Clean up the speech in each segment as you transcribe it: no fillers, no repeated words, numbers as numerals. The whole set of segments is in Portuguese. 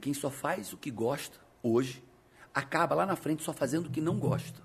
quem só faz o que gosta hoje, acaba lá na frente só fazendo o que não gosta.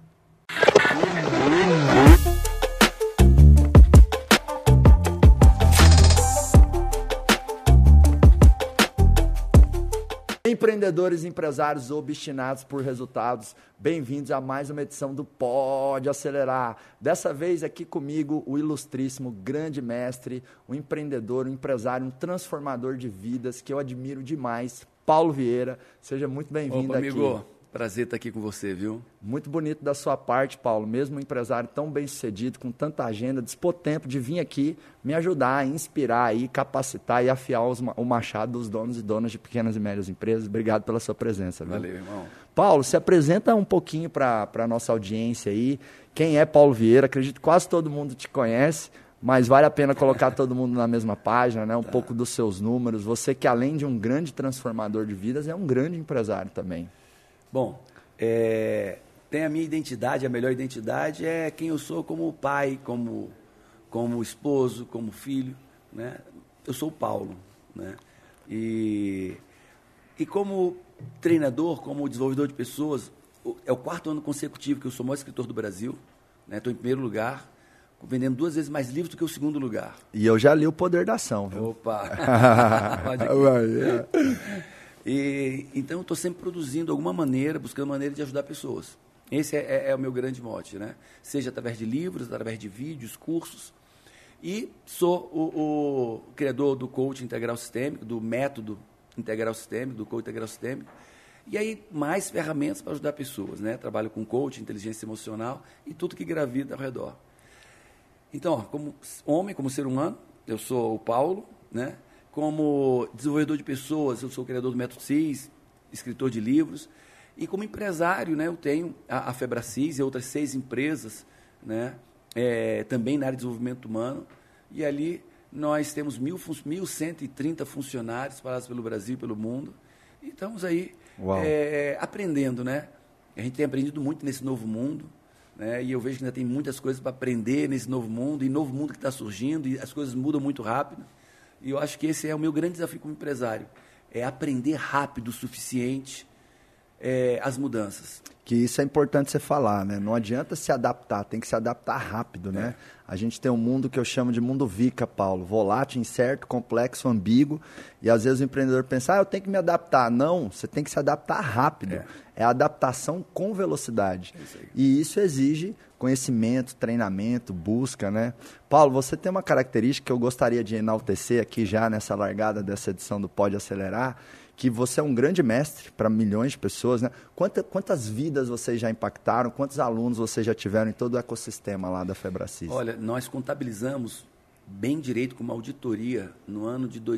Empreendedores e empresários obstinados por resultados, bem-vindos a mais uma edição do Pode Acelerar. Dessa vez aqui comigo o ilustríssimo, grande mestre, um empreendedor, um empresário, um transformador de vidas que eu admiro demais, Paulo Vieira. Seja muito bem-vindo aqui. Amigo, prazer estar aqui com você, viu? Muito bonito da sua parte, Paulo, mesmo um empresário tão bem-sucedido, com tanta agenda, dispor tempo de vir aqui me ajudar, inspirar, e capacitar e afiar o machado dos donos e donas de pequenas e médias empresas. Obrigado pela sua presença. Viu? Valeu, irmão. Paulo, se apresenta um pouquinho para a nossa audiência aí. Quem é Paulo Vieira? Acredito que quase todo mundo te conhece, mas vale a pena colocar todo mundo na mesma página, né? Um pouco dos seus números. Você que, além de um grande transformador de vidas, é um grande empresário também. Bom, tem a minha identidade, a melhor identidade é quem eu sou como pai, como esposo, como filho, né? Eu sou o Paulo, né? E como treinador, como desenvolvedor de pessoas, é o 4º ano consecutivo que eu sou o maior escritor do Brasil, né? Estou em primeiro lugar, vendendo 2 vezes mais livros do que o 2º lugar. E eu já li O Poder da Ação, viu? Opa! Então, eu estou sempre produzindo alguma maneira, buscando maneira de ajudar pessoas. Esse é o meu grande mote, né? Seja através de livros, através de vídeos, cursos. E sou o criador do coaching integral sistêmico, do método integral sistêmico, do coaching integral sistêmico. E aí, mais ferramentas para ajudar pessoas, né? Trabalho com coaching, inteligência emocional e tudo que gravita ao redor. Então, como homem, como ser humano, eu sou o Paulo, né? Como desenvolvedor de pessoas, eu sou o criador do Método CIS, escritor de livros. E como empresário, né, eu tenho a Febracis e outras 6 empresas, né, também na área de desenvolvimento humano. E ali nós temos 1.130 funcionários espalhados pelo Brasil e pelo mundo. E estamos aí aprendendo, né? A gente tem aprendido muito nesse novo mundo, né? E eu vejo que ainda tem muitas coisas para aprender nesse novo mundo, e novo mundo que está surgindo, e as coisas mudam muito rápido. E eu acho que esse é o meu grande desafio como empresário, é aprender rápido o suficiente as mudanças. Que isso é importante você falar, né? Não adianta se adaptar, tem que se adaptar rápido, né? A gente tem um mundo que eu chamo de mundo VICA, Paulo, volátil, incerto, complexo, ambíguo, e às vezes o empreendedor pensa, eu tenho que me adaptar. Não, você tem que se adaptar rápido. É adaptação com velocidade. E isso exige conhecimento, treinamento, busca, né? Paulo, você tem uma característica que eu gostaria de enaltecer aqui já nessa largada dessa edição do Pode Acelerar, que você é um grande mestre para milhões de pessoas, né? Quantas vidas vocês já impactaram? Quantos alunos vocês já tiveram em todo o ecossistema lá da Febracis? Olha, nós contabilizamos bem direito com uma auditoria no ano de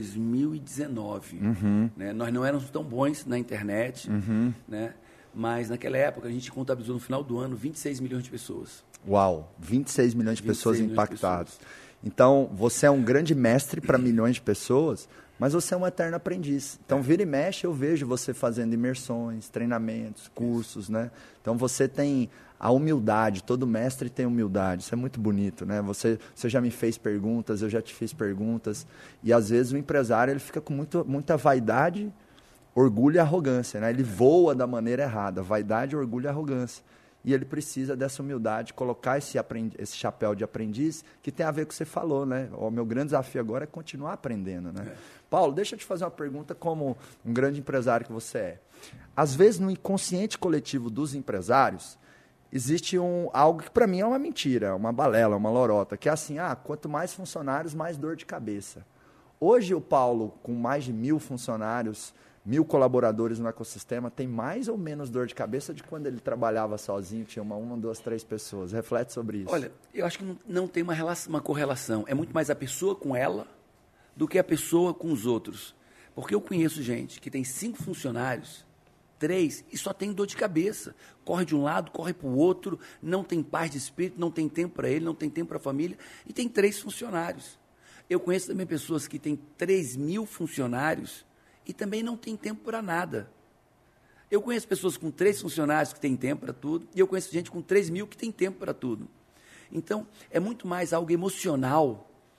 2019. Né? Nós não éramos tão bons na internet, né? Mas naquela época a gente contabilizou no final do ano 26 milhões de pessoas. Uau, 26 milhões de pessoas impactadas. Então, você é um grande mestre para milhões de pessoas, mas você é um eterno aprendiz. Então, vira e mexe, eu vejo você fazendo imersões, treinamentos, cursos, né? Então, você tem a humildade, todo mestre tem humildade, isso é muito bonito, né? Você já me fez perguntas, eu já te fiz perguntas, e às vezes o empresário ele fica com muita vaidade, orgulho e arrogância, né? Ele voa da maneira errada, vaidade, orgulho e arrogância. E ele precisa dessa humildade, colocar esse chapéu de aprendiz, que tem a ver com o que você falou, né? O meu grande desafio agora é continuar aprendendo, né? Paulo, deixa eu te fazer uma pergunta como um grande empresário que você é. Às vezes, no inconsciente coletivo dos empresários, existe algo que para mim é uma mentira, uma balela, uma lorota, que é assim, quanto mais funcionários, mais dor de cabeça. Hoje o Paulo, com mais de 1.000 funcionários, 1.000 colaboradores no ecossistema, tem mais ou menos dor de cabeça de quando ele trabalhava sozinho, tinha uma, 2, 3 pessoas. Reflete sobre isso. Olha, eu acho que não tem uma correlação. É muito mais a pessoa com ela do que a pessoa com os outros. Porque eu conheço gente que tem 5 funcionários, 3, e só tem dor de cabeça. Corre de um lado, corre para o outro, não tem paz de espírito, não tem tempo para ele, não tem tempo para a família, e tem 3 funcionários. Eu conheço também pessoas que têm 3.000 funcionários e também não tem tempo para nada. Eu conheço pessoas com 3 funcionários que têm tempo para tudo, e eu conheço gente com 3.000 que tem tempo para tudo. Então, é muito mais algo emocional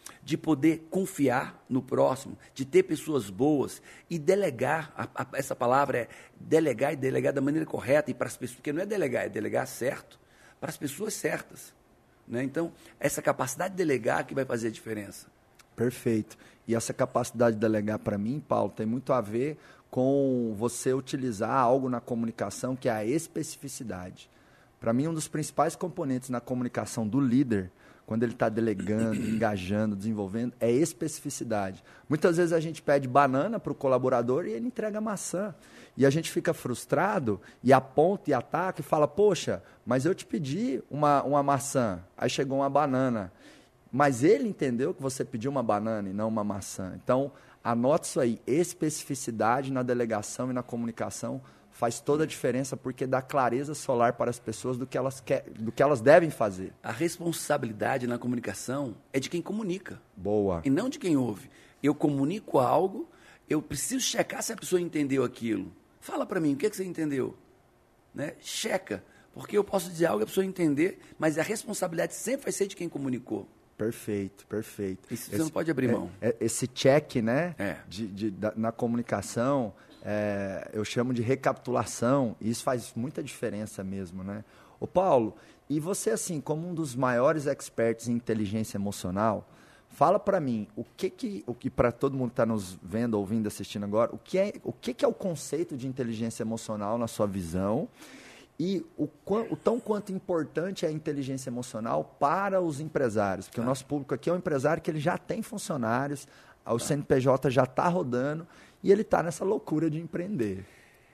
de poder confiar no próximo, de ter pessoas boas e delegar, essa palavra é delegar e delegar da maneira correta e para as pessoas, porque não é delegar certo para as pessoas certas. Né? Então, essa capacidade de delegar que vai fazer a diferença. Perfeito. E essa capacidade de delegar para mim, Paulo, tem muito a ver com você utilizar algo na comunicação que é a especificidade. Para mim, um dos principais componentes na comunicação do líder, quando ele está delegando, engajando, desenvolvendo, é especificidade. Muitas vezes a gente pede banana para o colaborador e ele entrega maçã. E a gente fica frustrado e aponta e ataca e fala, poxa, mas eu te pedi uma maçã, aí chegou uma banana. Mas ele entendeu que você pediu uma banana e não uma maçã. Então, anote isso aí, especificidade na delegação e na comunicação faz toda a diferença porque dá clareza solar para as pessoas do que elas devem fazer. A responsabilidade na comunicação é de quem comunica. Boa. E não de quem ouve. Eu comunico algo, eu preciso checar se a pessoa entendeu aquilo. Fala para mim, o que você entendeu? Né? Checa, porque eu posso dizer algo e a pessoa entender, mas a responsabilidade sempre vai ser de quem comunicou. Perfeito, perfeito. Isso você não pode abrir mão. Esse check, né, É. na comunicação, eu chamo de recapitulação, e isso faz muita diferença mesmo, né? Ô Paulo, e você, assim, como um dos maiores experts em inteligência emocional, fala para mim, o que para todo mundo que está nos vendo, ouvindo, assistindo agora, o que é o conceito de inteligência emocional na sua visão e o tão quanto importante é a inteligência emocional para os empresários, porque o nosso público aqui é um empresário que ele já tem funcionários, o CNPJ já está rodando e ele está nessa loucura de empreender.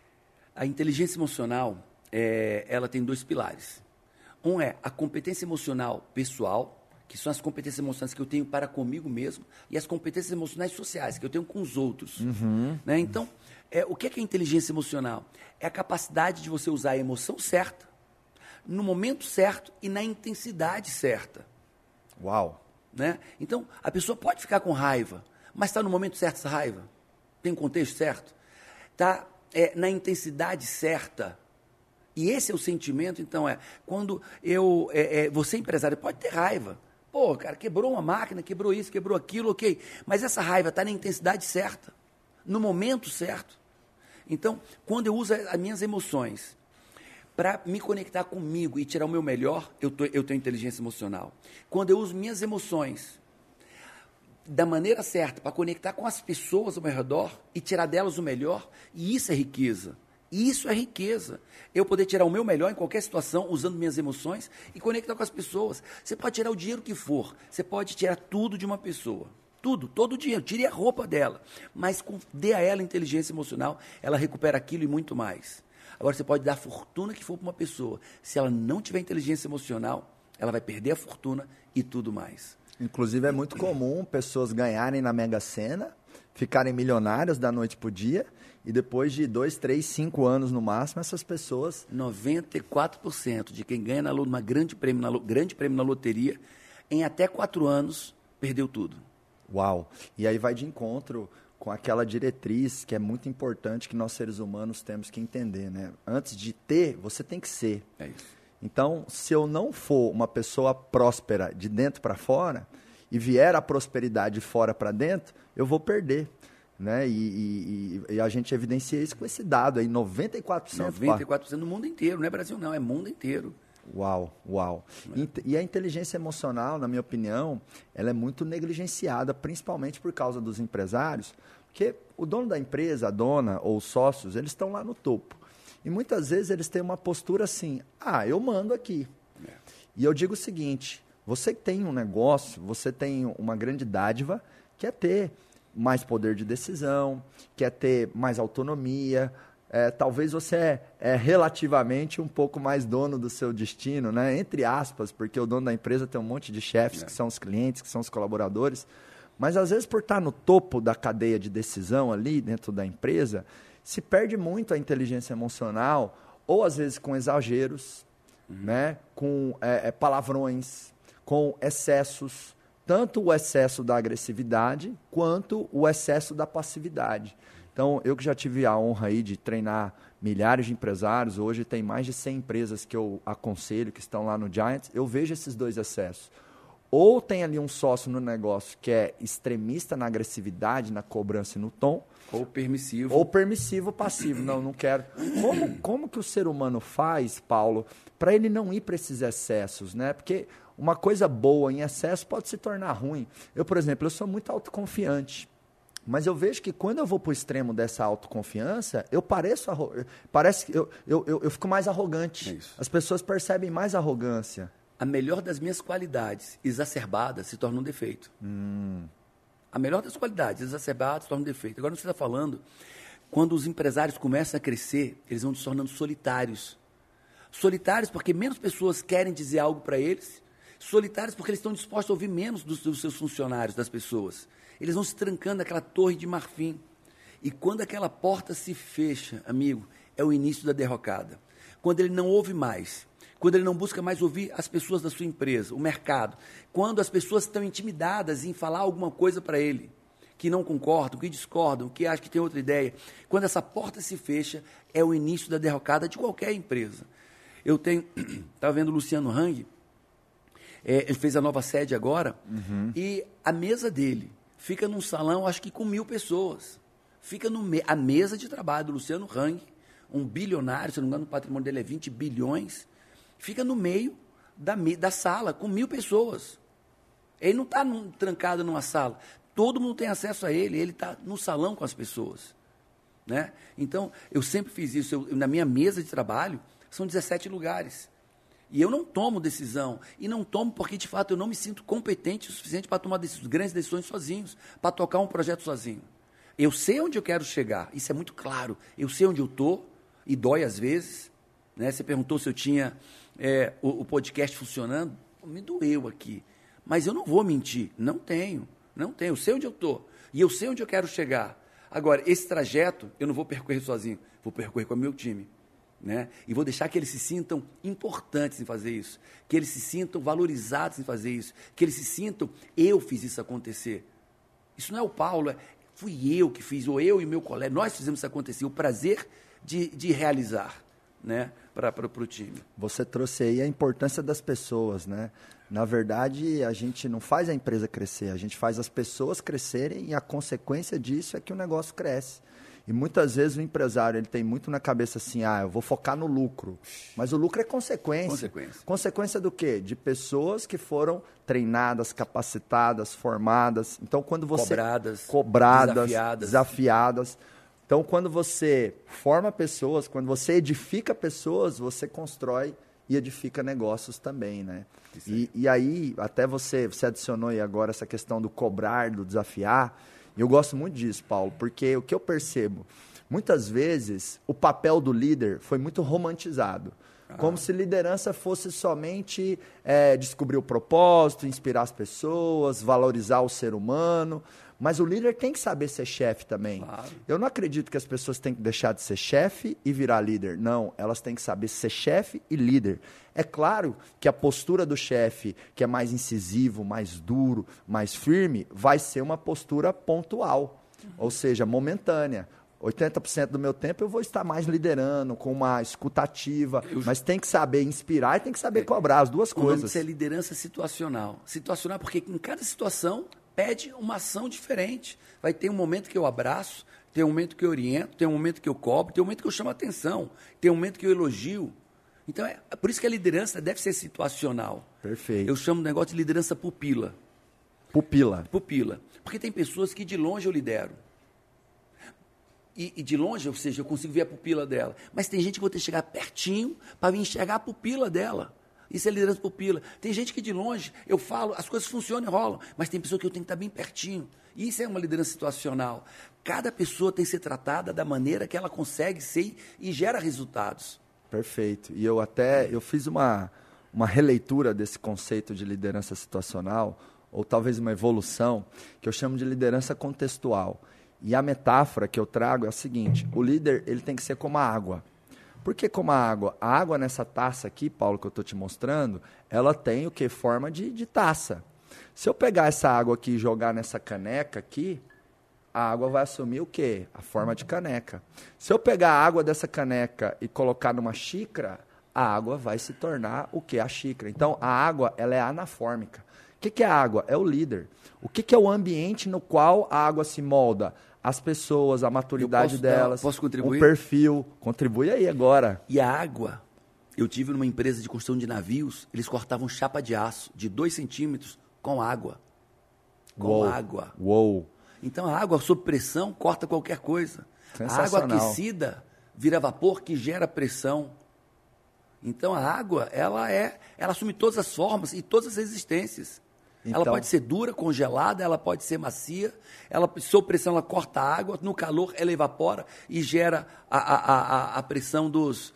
A inteligência emocional, ela tem 2 pilares. Um é a competência emocional pessoal, que são as competências emocionais que eu tenho para comigo mesmo, e as competências emocionais sociais, que eu tenho com os outros. Uhum. Né? Então, o que é inteligência emocional? É a capacidade de você usar a emoção certa, no momento certo e na intensidade certa. Uau! Né? Então, a pessoa pode ficar com raiva, mas está no momento certo essa raiva? Tem um contexto certo? Está na intensidade certa? E esse é o sentimento, então, quando você empresário pode ter raiva. Pô, cara, quebrou uma máquina, quebrou isso, quebrou aquilo, ok. Mas essa raiva está na intensidade certa, no momento certo. Então, quando eu uso as minhas emoções para me conectar comigo e tirar o meu melhor, eu tenho inteligência emocional. Quando eu uso minhas emoções da maneira certa para conectar com as pessoas ao meu redor e tirar delas o melhor, e isso é riqueza. Isso é riqueza. Eu poder tirar o meu melhor em qualquer situação, usando minhas emoções e conectar com as pessoas. Você pode tirar o dinheiro que for, você pode tirar tudo de uma pessoa. Tudo, todo o dinheiro, tire a roupa dela. Mas dê a ela inteligência emocional, ela recupera aquilo e muito mais. Agora, você pode dar a fortuna que for para uma pessoa. Se ela não tiver inteligência emocional, ela vai perder a fortuna e tudo mais. Inclusive, é muito comum pessoas ganharem na Mega Sena, ficarem milionárias da noite para o dia, e depois de 2, 3, 5 anos no máximo, essas pessoas... 94% de quem ganha numa grande prêmio na loteria, em até 4 anos, perdeu tudo. Uau! E aí vai de encontro com aquela diretriz que é muito importante que nós seres humanos temos que entender, né? Antes de ter, você tem que ser. É isso. Então, se eu não for uma pessoa próspera de dentro para fora e vier a prosperidade de fora para dentro, eu vou perder. Né? E a gente evidencia isso com esse dado aí, 94%. 94% no mundo inteiro, não é Brasil não, é mundo inteiro. Uau, uau. E a inteligência emocional, na minha opinião, ela é muito negligenciada, principalmente por causa dos empresários, porque o dono da empresa, a dona ou os sócios, eles estão lá no topo. E muitas vezes eles têm uma postura assim, eu mando aqui. E eu digo o seguinte, você que tem um negócio, você tem uma grande dádiva, que é ter mais poder de decisão, quer ter mais autonomia, talvez você é relativamente um pouco mais dono do seu destino, né? Entre aspas, porque o dono da empresa tem um monte de chefes que são os clientes, que são os colaboradores, mas às vezes por estar no topo da cadeia de decisão ali dentro da empresa, se perde muito a inteligência emocional, ou às vezes com exageros, né? Com palavrões, com excessos, tanto o excesso da agressividade quanto o excesso da passividade. Então, eu que já tive a honra aí de treinar milhares de empresários, hoje tem mais de 100 empresas que eu aconselho, que estão lá no Giants, eu vejo esses 2 excessos. ou tem ali um sócio no negócio que é extremista na agressividade, na cobrança e no tom. Ou permissivo. Ou permissivo passivo. Não quero. Como que o ser humano faz, Paulo, para ele não ir para esses excessos, né? Porque uma coisa boa em excesso pode se tornar ruim. Eu, por exemplo, eu sou muito autoconfiante. Mas eu vejo que quando eu vou para o extremo dessa autoconfiança, eu parece que eu fico mais arrogante. As pessoas percebem mais arrogância. A melhor das minhas qualidades exacerbadas se torna um defeito. A melhor das qualidades exacerbadas se torna um defeito. Agora, você está falando, quando os empresários começam a crescer, eles vão se tornando solitários. Solitários porque menos pessoas querem dizer algo para eles. Solitários porque eles estão dispostos a ouvir menos dos seus funcionários, das pessoas. Eles vão se trancando naquela torre de marfim. E quando aquela porta se fecha, amigo, é o início da derrocada. Quando ele não ouve mais, quando ele não busca mais ouvir as pessoas da sua empresa, o mercado, quando as pessoas estão intimidadas em falar alguma coisa para ele, que não concordam, que discordam, que acham que tem outra ideia, quando essa porta se fecha, é o início da derrocada de qualquer empresa. Eu estava vendo o Luciano Hang, ele fez a nova sede agora, e a mesa dele fica num salão, acho que com 1.000 pessoas. Fica a mesa de trabalho do Luciano Hang, um bilionário, se não me engano, o patrimônio dele é 20 bilhões, fica no meio da sala, com 1.000 pessoas. Ele não está trancado numa sala. Todo mundo tem acesso a ele está no salão com as pessoas. Né? Então, eu sempre fiz isso. Na minha mesa de trabalho, são 17 lugares. E eu não tomo decisão. E não tomo porque, de fato, eu não me sinto competente o suficiente para tomar grandes decisões sozinhos, para tocar um projeto sozinho. Eu sei onde eu quero chegar. Isso é muito claro. Eu sei onde eu estou, e dói às vezes. Né? Você perguntou se eu tinha o podcast funcionando. Me doeu aqui. Mas eu não vou mentir. Não tenho. Eu sei onde eu estou. E eu sei onde eu quero chegar. Agora, esse trajeto, eu não vou percorrer sozinho. Vou percorrer com o meu time. Né? E vou deixar que eles se sintam importantes em fazer isso, que eles se sintam valorizados em fazer isso, que eles se sintam, eu fiz isso acontecer. Isso não é o Paulo, fui eu que fiz, ou eu e meu colega, nós fizemos isso acontecer, o prazer de realizar, né? Para o time. Você trouxe aí a importância das pessoas, né? Na verdade, a gente não faz a empresa crescer, a gente faz as pessoas crescerem e a consequência disso é que o negócio cresce. E muitas vezes o empresário ele tem muito na cabeça assim, eu vou focar no lucro. Mas o lucro é consequência. Consequência do quê? De pessoas que foram treinadas, capacitadas, formadas. Então, quando você... Cobradas, desafiadas. Então, quando você forma pessoas, quando você edifica pessoas, você constrói e edifica negócios também, né? E aí, até você adicionou aí agora essa questão do cobrar, do desafiar. E eu gosto muito disso, Paulo, porque o que eu percebo, muitas vezes o papel do líder foi muito romantizado. Como se liderança fosse somente descobrir o propósito, inspirar as pessoas, valorizar o ser humano. Mas o líder tem que saber ser chefe também. Claro. Eu não acredito que as pessoas têm que deixar de ser chefe e virar líder. Não, elas têm que saber ser chefe e líder. É claro que a postura do chefe, que é mais incisivo, mais duro, mais firme, vai ser uma postura pontual, ou seja, momentânea. 80% do meu tempo eu vou estar mais liderando, com uma escutativa, mas tem que saber inspirar e tem que saber cobrar, as duas coisas. Isso é liderança situacional. Situacional porque em cada situação pede uma ação diferente. Vai ter um momento que eu abraço, tem um momento que eu oriento, tem um momento que eu cobro, tem um momento que eu chamo a atenção, tem um momento que eu elogio. Então, é por isso que a liderança deve ser situacional. Perfeito. Eu chamo o negócio de liderança pupila. Pupila. Porque tem pessoas que de longe eu lidero. E de longe, ou seja, eu consigo ver a pupila dela. Mas tem gente que eu vou ter que chegar pertinho para vir enxergar a pupila dela. Isso é liderança pupila. Tem gente que de longe, eu falo, as coisas funcionam e rolam, mas tem pessoa que eu tenho que estar bem pertinho. Isso é uma liderança situacional. Cada pessoa tem que ser tratada da maneira que ela consegue ser e gera resultados. Perfeito. E eu fiz uma releitura desse conceito de liderança situacional, ou talvez uma evolução, que eu chamo de liderança contextual. E a metáfora que eu trago é a seguinte, o líder ele tem que ser como a água. Por que como a água? A água nessa taça aqui, Paulo, que eu estou te mostrando, ela tem o que? Forma de taça. Se eu pegar essa água aqui e jogar nessa caneca aqui, a água vai assumir o quê? A forma de caneca. Se eu pegar a água dessa caneca e colocar numa xícara, a água vai se tornar o quê? A xícara. Então, a água ela é anafórmica. O que é a água? É o líder. O que é o ambiente no qual a água se molda? As pessoas, a maturidade delas, posso contribuir? o perfil. Contribui aí agora. E a água, eu tive numa empresa de construção de navios, eles cortavam chapa de aço de 2 centímetros com água. Com água. Uou. Então a água sob pressão corta qualquer coisa. A água aquecida vira vapor que gera pressão. Então a água, ela assume todas as formas e todas as resistências. Então, ela pode ser dura, congelada, ela pode ser macia, sob pressão ela corta a água, no calor ela evapora e gera a pressão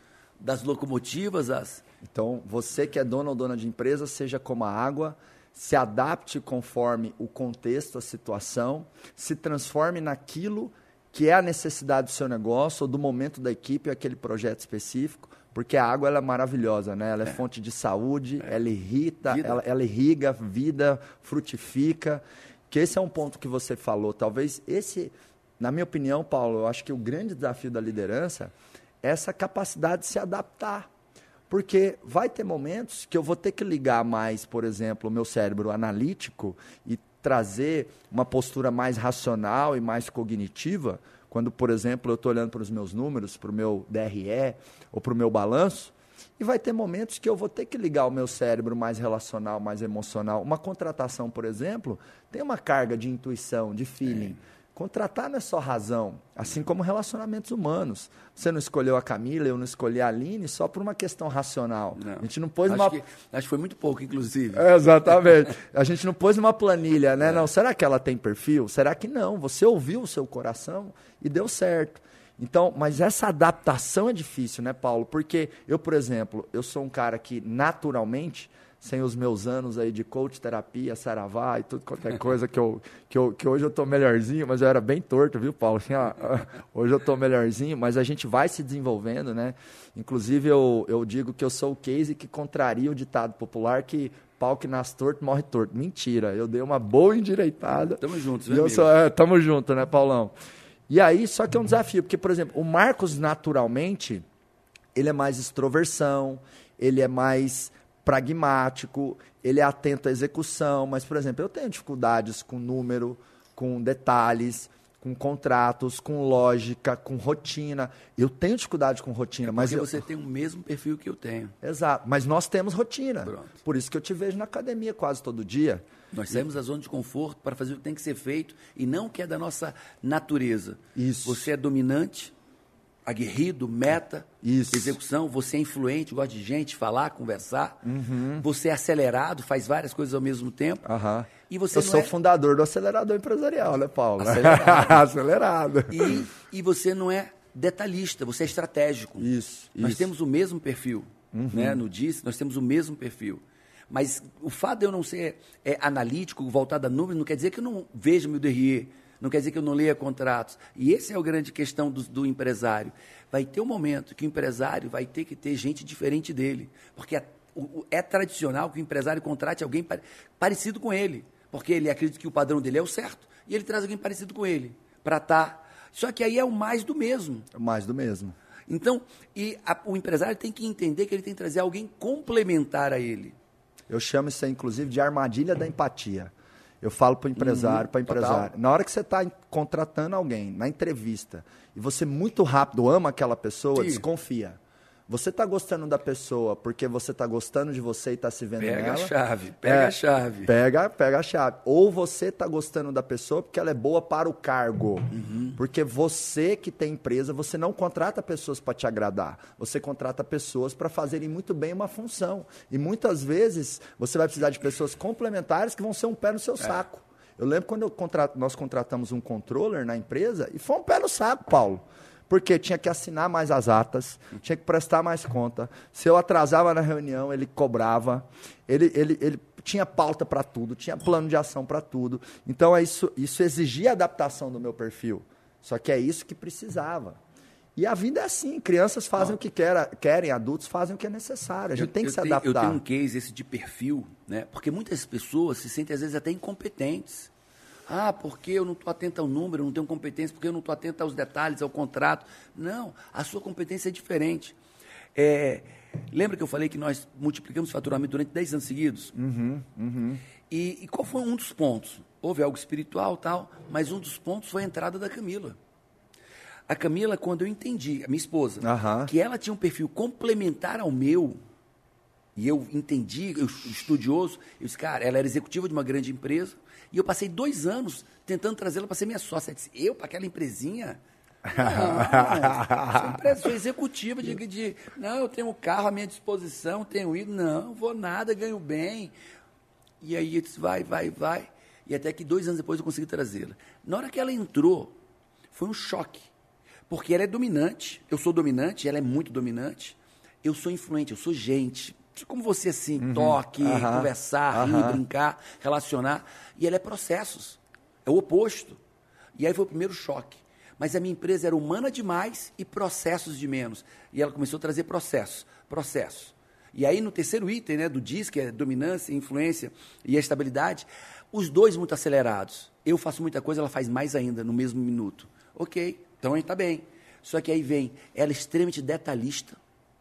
das locomotivas. Então, você que é dono ou dona de empresa, seja como a água, se adapte conforme o contexto, a situação, se transforme naquilo que é a necessidade do seu negócio ou do momento da equipe, aquele projeto específico, porque a água ela é maravilhosa, né? Ela é fonte de saúde, ela irrita, ela irriga vida, frutifica. Que esse é um ponto que você falou. Talvez esse, na minha opinião, Paulo, eu acho que o grande desafio da liderança é essa capacidade de se adaptar. Porque vai ter momentos que eu vou ter que ligar mais, por exemplo, o meu cérebro analítico e trazer uma postura mais racional e mais cognitiva, quando, por exemplo, eu estou olhando para os meus números, para o meu DRE ou para o meu balanço, e vai ter momentos que eu vou ter que ligar o meu cérebro mais relacional, mais emocional. Uma contratação, por exemplo, tem uma carga de intuição, de feeling. Contratar não é só razão, assim como relacionamentos humanos. Você não escolheu a Camila, eu não escolhi a Aline só por uma questão racional. Não. A gente não pôs acho que foi muito pouco, inclusive. Exatamente. A gente não pôs uma planilha, né? Não, será que ela tem perfil? Será que não? Você ouviu o seu coração e deu certo. Então, mas essa adaptação é difícil, né, Paulo? Porque eu, por exemplo, eu sou um cara que naturalmente, sem os meus anos aí de coach, terapia, saravá e tudo qualquer coisa que hoje eu estou melhorzinho, mas eu era bem torto, viu, Paulo? Assim, hoje eu estou melhorzinho, mas a gente vai se desenvolvendo, né? Inclusive, eu digo que eu sou o case que contraria o ditado popular que pau que nasce torto, morre torto. Mentira, eu dei uma boa endireitada. Tamo juntos, né, amigo? Tamo junto, né, Paulão? E aí, só que é um desafio, porque, por exemplo, o Marcos, naturalmente, ele é mais extroversão, ele é mais pragmático, ele é atento à execução, mas, por exemplo, eu tenho dificuldades com número, com detalhes, com contratos, com lógica, com rotina. Eu tenho dificuldade com rotina. Porque você tem o mesmo perfil que eu tenho. Exato, mas nós temos rotina. Pronto. Por isso que eu te vejo na academia quase todo dia. Nós saímos da zona de conforto para fazer o que tem que ser feito e não o que é da nossa natureza. Isso. Você é dominante, aguerrido, meta, Isso. execução, você é influente, gosta de gente, falar, conversar. Uhum. Você é acelerado, faz várias coisas ao mesmo tempo. Uhum. E você eu sou fundador do acelerador empresarial, né, Paulo? Acelerado. Acelerado. E você não é detalhista, você é estratégico. Isso. Nós temos o mesmo perfil. Né? No DIS, nós temos o mesmo perfil. Mas o fato de eu não ser analítico, voltado a números, não quer dizer que eu não veja meu DRE, não quer dizer que eu não leia contratos. E essa é a grande questão do empresário. Vai ter um momento que o empresário vai ter que ter gente diferente dele. Porque é tradicional que o empresário contrate alguém parecido com ele. Porque ele acredita que o padrão dele é o certo. E ele traz alguém parecido com ele para estar. Só que aí é o mais do mesmo. Mais do mesmo. Então, o empresário tem que entender que ele tem que trazer alguém complementar a ele. Eu chamo isso aí, inclusive, de armadilha da empatia. Eu falo para o empresário, na hora que você está contratando alguém, na entrevista, e você muito rápido ama aquela pessoa, desconfia. Você está gostando da pessoa porque você está gostando de você e está se vendo nela. Pega a chave. Pega a chave. Ou você está gostando da pessoa porque ela é boa para o cargo. Uhum. Porque você que tem empresa, você não contrata pessoas para te agradar. Você contrata pessoas para fazerem muito bem uma função. E muitas vezes você vai precisar de pessoas complementares que vão ser um pé no seu saco. Eu lembro quando nós contratamos um controller na empresa e foi um pé no saco, Paulo. Porque tinha que assinar mais as atas, tinha que prestar mais conta. Se eu atrasava na reunião, ele cobrava. Ele tinha pauta para tudo, tinha plano de ação para tudo. Então, isso exigia adaptação do meu perfil. Só que é isso que precisava. E a vida é assim, crianças fazem o que querem, adultos fazem o que é necessário. A gente tem que se adaptar. Eu tenho um case esse de perfil, né? Porque muitas pessoas se sentem, às vezes, até incompetentes. Porque eu não estou atento ao número, eu não tenho competência, porque eu não estou atento aos detalhes, ao contrato. Não, a sua competência é diferente. Lembra que eu falei que nós multiplicamos o faturamento durante 10 anos seguidos? E qual foi um dos pontos? Houve algo espiritual tal, mas um dos pontos foi a entrada da Camila. A Camila, quando eu entendi, a minha esposa, que ela tinha um perfil complementar ao meu, e eu entendi, eu estudioso, eu disse, cara, ela era executiva de uma grande empresa, e eu passei 2 anos tentando trazê-la para ser minha sócia. Eu disse, eu, para aquela empresinha? Não, sou executiva não, eu tenho um carro à minha disposição, tenho ido, não vou nada, ganho bem. E aí eu disse, vai. E até que 2 anos depois eu consegui trazê-la. Na hora que ela entrou, foi um choque. Porque ela é dominante, eu sou dominante, ela é muito dominante. Eu sou influente, eu sou gente. Como você, assim, toque, conversar, rir, brincar, relacionar. E ela é processos. É o oposto. E aí foi o primeiro choque. Mas a minha empresa era humana demais e processos de menos. E ela começou a trazer processos. E aí, no terceiro item, né, do DIS, que é dominância, influência e a estabilidade, os dois muito acelerados. Eu faço muita coisa, ela faz mais ainda, no mesmo minuto. Ok, então a gente está bem. Só que aí vem ela extremamente detalhista,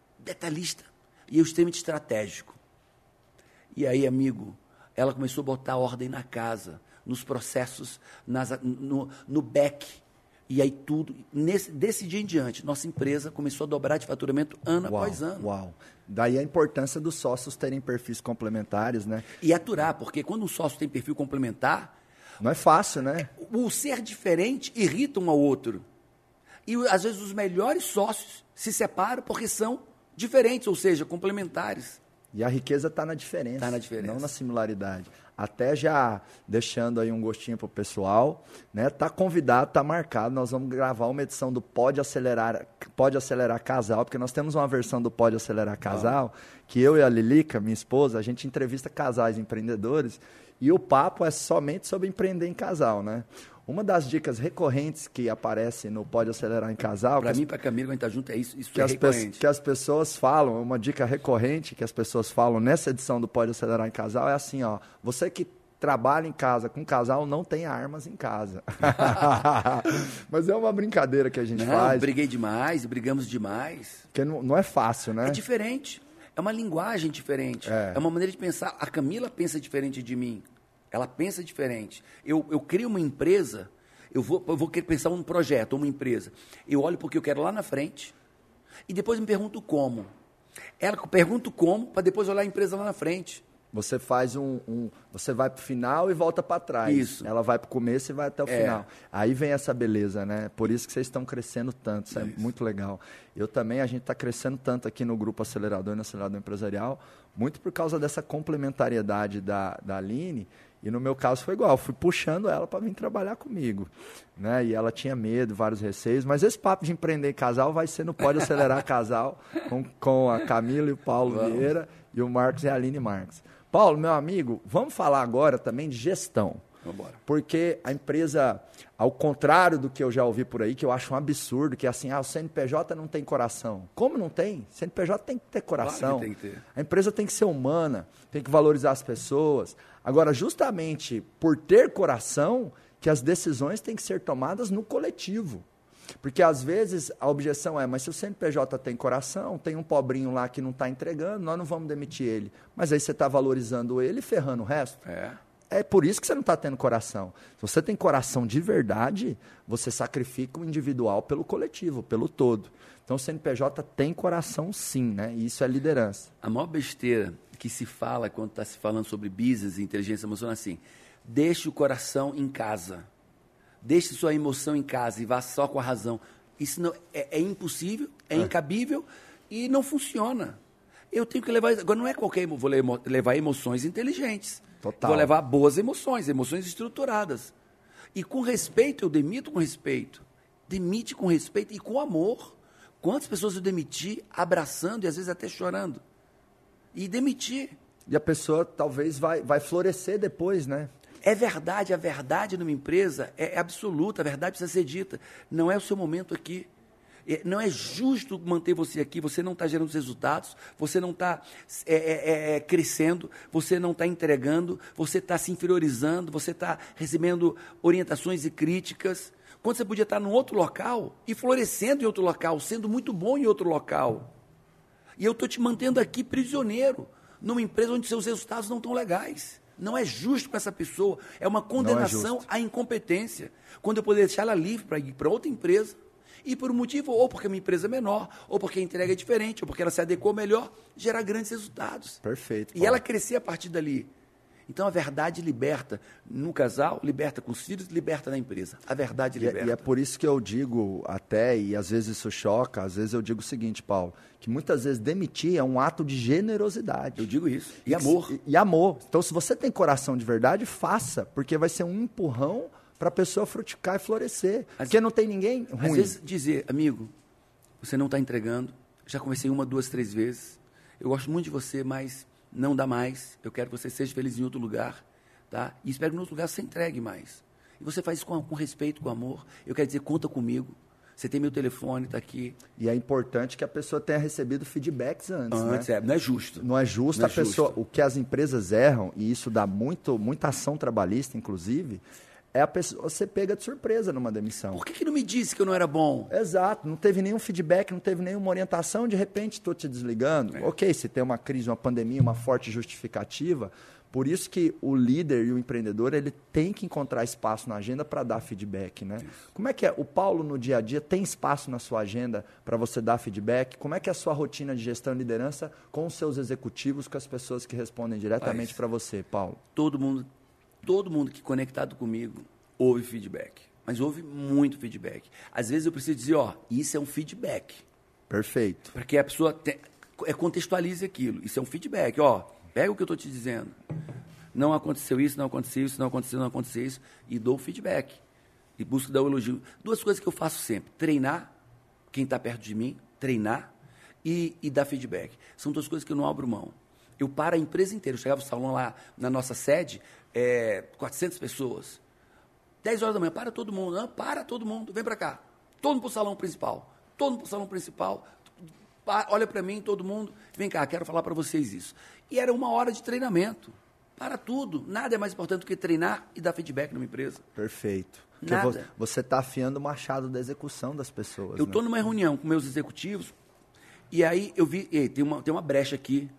e eu extremamente estratégico. E aí, amigo, ela começou a botar ordem na casa, nos processos, no back. E aí tudo, desse dia em diante, nossa empresa começou a dobrar de faturamento ano após ano. Uau! Daí a importância dos sócios terem perfis complementares, né? E aturar, porque quando um sócio tem perfil complementar... Não é fácil, né? O ser diferente irrita um ao outro. E às vezes os melhores sócios se separam porque são diferentes, ou seja, complementares. E a riqueza está na diferença. Está na diferença. Não na similaridade. Até já deixando aí um gostinho para o pessoal, né? Tá convidado, tá marcado. Nós vamos gravar uma edição do Pode Acelerar Casal, porque nós temos uma versão do Pode Acelerar Casal, que eu e a Lilica, minha esposa, a gente entrevista casais empreendedores e o papo é somente sobre empreender em casal, né? Uma das dicas recorrentes que aparece no Pode Acelerar em Casal... Para mim e para a Camila, quando a gente está junto, é isso é recorrente. Que as pessoas falam, uma dica recorrente que as pessoas falam nessa edição do Pode Acelerar em Casal é assim, ó, você que trabalha em casa com casal não tem armas em casa. Mas é uma brincadeira que a gente faz. Briguei demais, brigamos demais. Porque não é fácil, né? É diferente, é uma linguagem diferente, é uma maneira de pensar. A Camila pensa diferente de mim. Ela pensa diferente. Eu crio uma empresa, eu vou querer pensar um projeto, uma empresa. Eu olho porque eu quero lá na frente e depois me pergunto como. Ela pergunta como para depois olhar a empresa lá na frente. Você faz você vai para o final e volta para trás. Isso. Ela vai para o começo e vai até o final. Aí vem essa beleza, né? Por isso que vocês estão crescendo tanto. Isso é muito legal. Eu também, a gente está crescendo tanto aqui no Grupo Acelerador e no Acelerador Empresarial, muito por causa dessa complementariedade da Aline. E no meu caso foi igual, fui puxando ela para vir trabalhar comigo, né? E ela tinha medo, vários receios, mas esse papo de empreender em casal vai ser no Pode Acelerar Casal com a Camila e o Paulo Vieira e o Marcos e a Aline Marques. Paulo, meu amigo, vamos falar agora também de gestão. Vambora. Porque a empresa, ao contrário do que eu já ouvi por aí, que eu acho um absurdo, que é assim, o CNPJ não tem coração. Como não tem? CNPJ tem que ter coração. Claro que tem que ter. A empresa tem que ser humana, tem que valorizar as pessoas. Agora, justamente por ter coração, que as decisões têm que ser tomadas no coletivo. Porque, às vezes, a objeção é, mas se o CNPJ tem coração, tem um pobrinho lá que não está entregando, nós não vamos demitir ele. Mas aí você está valorizando ele e ferrando o resto. É por isso que você não está tendo coração. Se você tem coração de verdade, você sacrifica o individual pelo coletivo, pelo todo. Então, o CNPJ tem coração sim, né? E isso é liderança. A maior besteira que se fala quando está se falando sobre business e inteligência emocional é assim, deixe o coração em casa. Deixe sua emoção em casa e vá só com a razão. Isso não, é impossível, é incabível e não funciona. Eu tenho que levar... Agora, não é qualquer... Vou levar emoções inteligentes. Total. Vou levar boas emoções estruturadas. E com respeito, eu demito com respeito. Demite com respeito e com amor. Quantas pessoas eu demiti abraçando e às vezes até chorando? E demitir. E a pessoa talvez vai florescer depois, né? É verdade, a verdade numa empresa é absoluta, a verdade precisa ser dita. Não é o seu momento aqui. Não é justo manter você aqui, você não está gerando os resultados, você não está crescendo, você não está entregando, você está se inferiorizando, você está recebendo orientações e críticas, quando você podia estar num outro local e florescendo em outro local, sendo muito bom em outro local. E eu estou te mantendo aqui prisioneiro, numa empresa onde seus resultados não estão legais, Não é justo com essa pessoa. É uma condenação à incompetência. Quando eu poderia deixar ela livre para ir para outra empresa, e por um motivo, ou porque a minha empresa é menor, ou porque a entrega é diferente, ou porque ela se adequou melhor, gerar grandes resultados. Perfeito. E ela crescer a partir dali. Então, a verdade liberta no casal, liberta com os filhos, liberta na empresa. A verdade liberta. E é por isso que eu digo até, e às vezes isso choca, às vezes eu digo o seguinte, Paulo, que muitas vezes demitir é um ato de generosidade. Eu digo isso. E amor. E amor. Então, se você tem coração de verdade, faça, porque vai ser um empurrão para a pessoa frutificar e florescer. Porque não tem ninguém ruim. Às vezes dizer, amigo, você não está entregando, já conversei 1, 2, 3 vezes, eu gosto muito de você, mas não dá mais, eu quero que você seja feliz em outro lugar, tá? E espero que no outro lugar você entregue mais. E você faz isso com respeito, com amor. Eu quero dizer, conta comigo. Você tem meu telefone, está aqui. E é importante que a pessoa tenha recebido feedbacks antes, né? Não é justo. Não é justo a pessoa... O que as empresas erram, e isso dá muita ação trabalhista, inclusive, é a pessoa ser pega de surpresa numa demissão. Por que não me disse que eu não era bom? Exato, não teve nenhum feedback, não teve nenhuma orientação, de repente estou te desligando. Ok, se tem uma crise, uma pandemia, uma forte justificativa, por isso que o líder e o empreendedor, ele tem que encontrar espaço na agenda para dar feedback, né? Como é que é? O Paulo, no dia a dia, tem espaço na sua agenda para você dar feedback? Como é que é a sua rotina de gestão e liderança com os seus executivos, com as pessoas que respondem diretamente para você, Paulo? Todo mundo que é conectado comigo ouve feedback, mas ouve muito feedback. Às vezes eu preciso dizer, isso é um feedback. Perfeito. Para que a pessoa contextualize aquilo. Isso é um feedback, pega o que eu estou te dizendo. Não aconteceu isso, não aconteceu isso, não aconteceu isso, e dou feedback. E busco dar o elogio. 2 coisas que eu faço sempre, treinar quem está perto de mim, treinar e dar feedback. São 2 coisas que eu não abro mão. Eu paro a empresa inteira. Eu chegava no salão lá na nossa sede, 400 pessoas. 10 horas da manhã, para todo mundo. Não, para todo mundo, vem para cá. Todo mundo para o salão principal. Olha para mim, todo mundo. Vem cá, quero falar para vocês isso. E era 1 hora de treinamento. Para tudo. Nada é mais importante do que treinar e dar feedback numa empresa. Perfeito. Porque você está afiando o machado da execução das pessoas. Eu estou numa reunião com meus executivos e aí eu vi, tem uma brecha aqui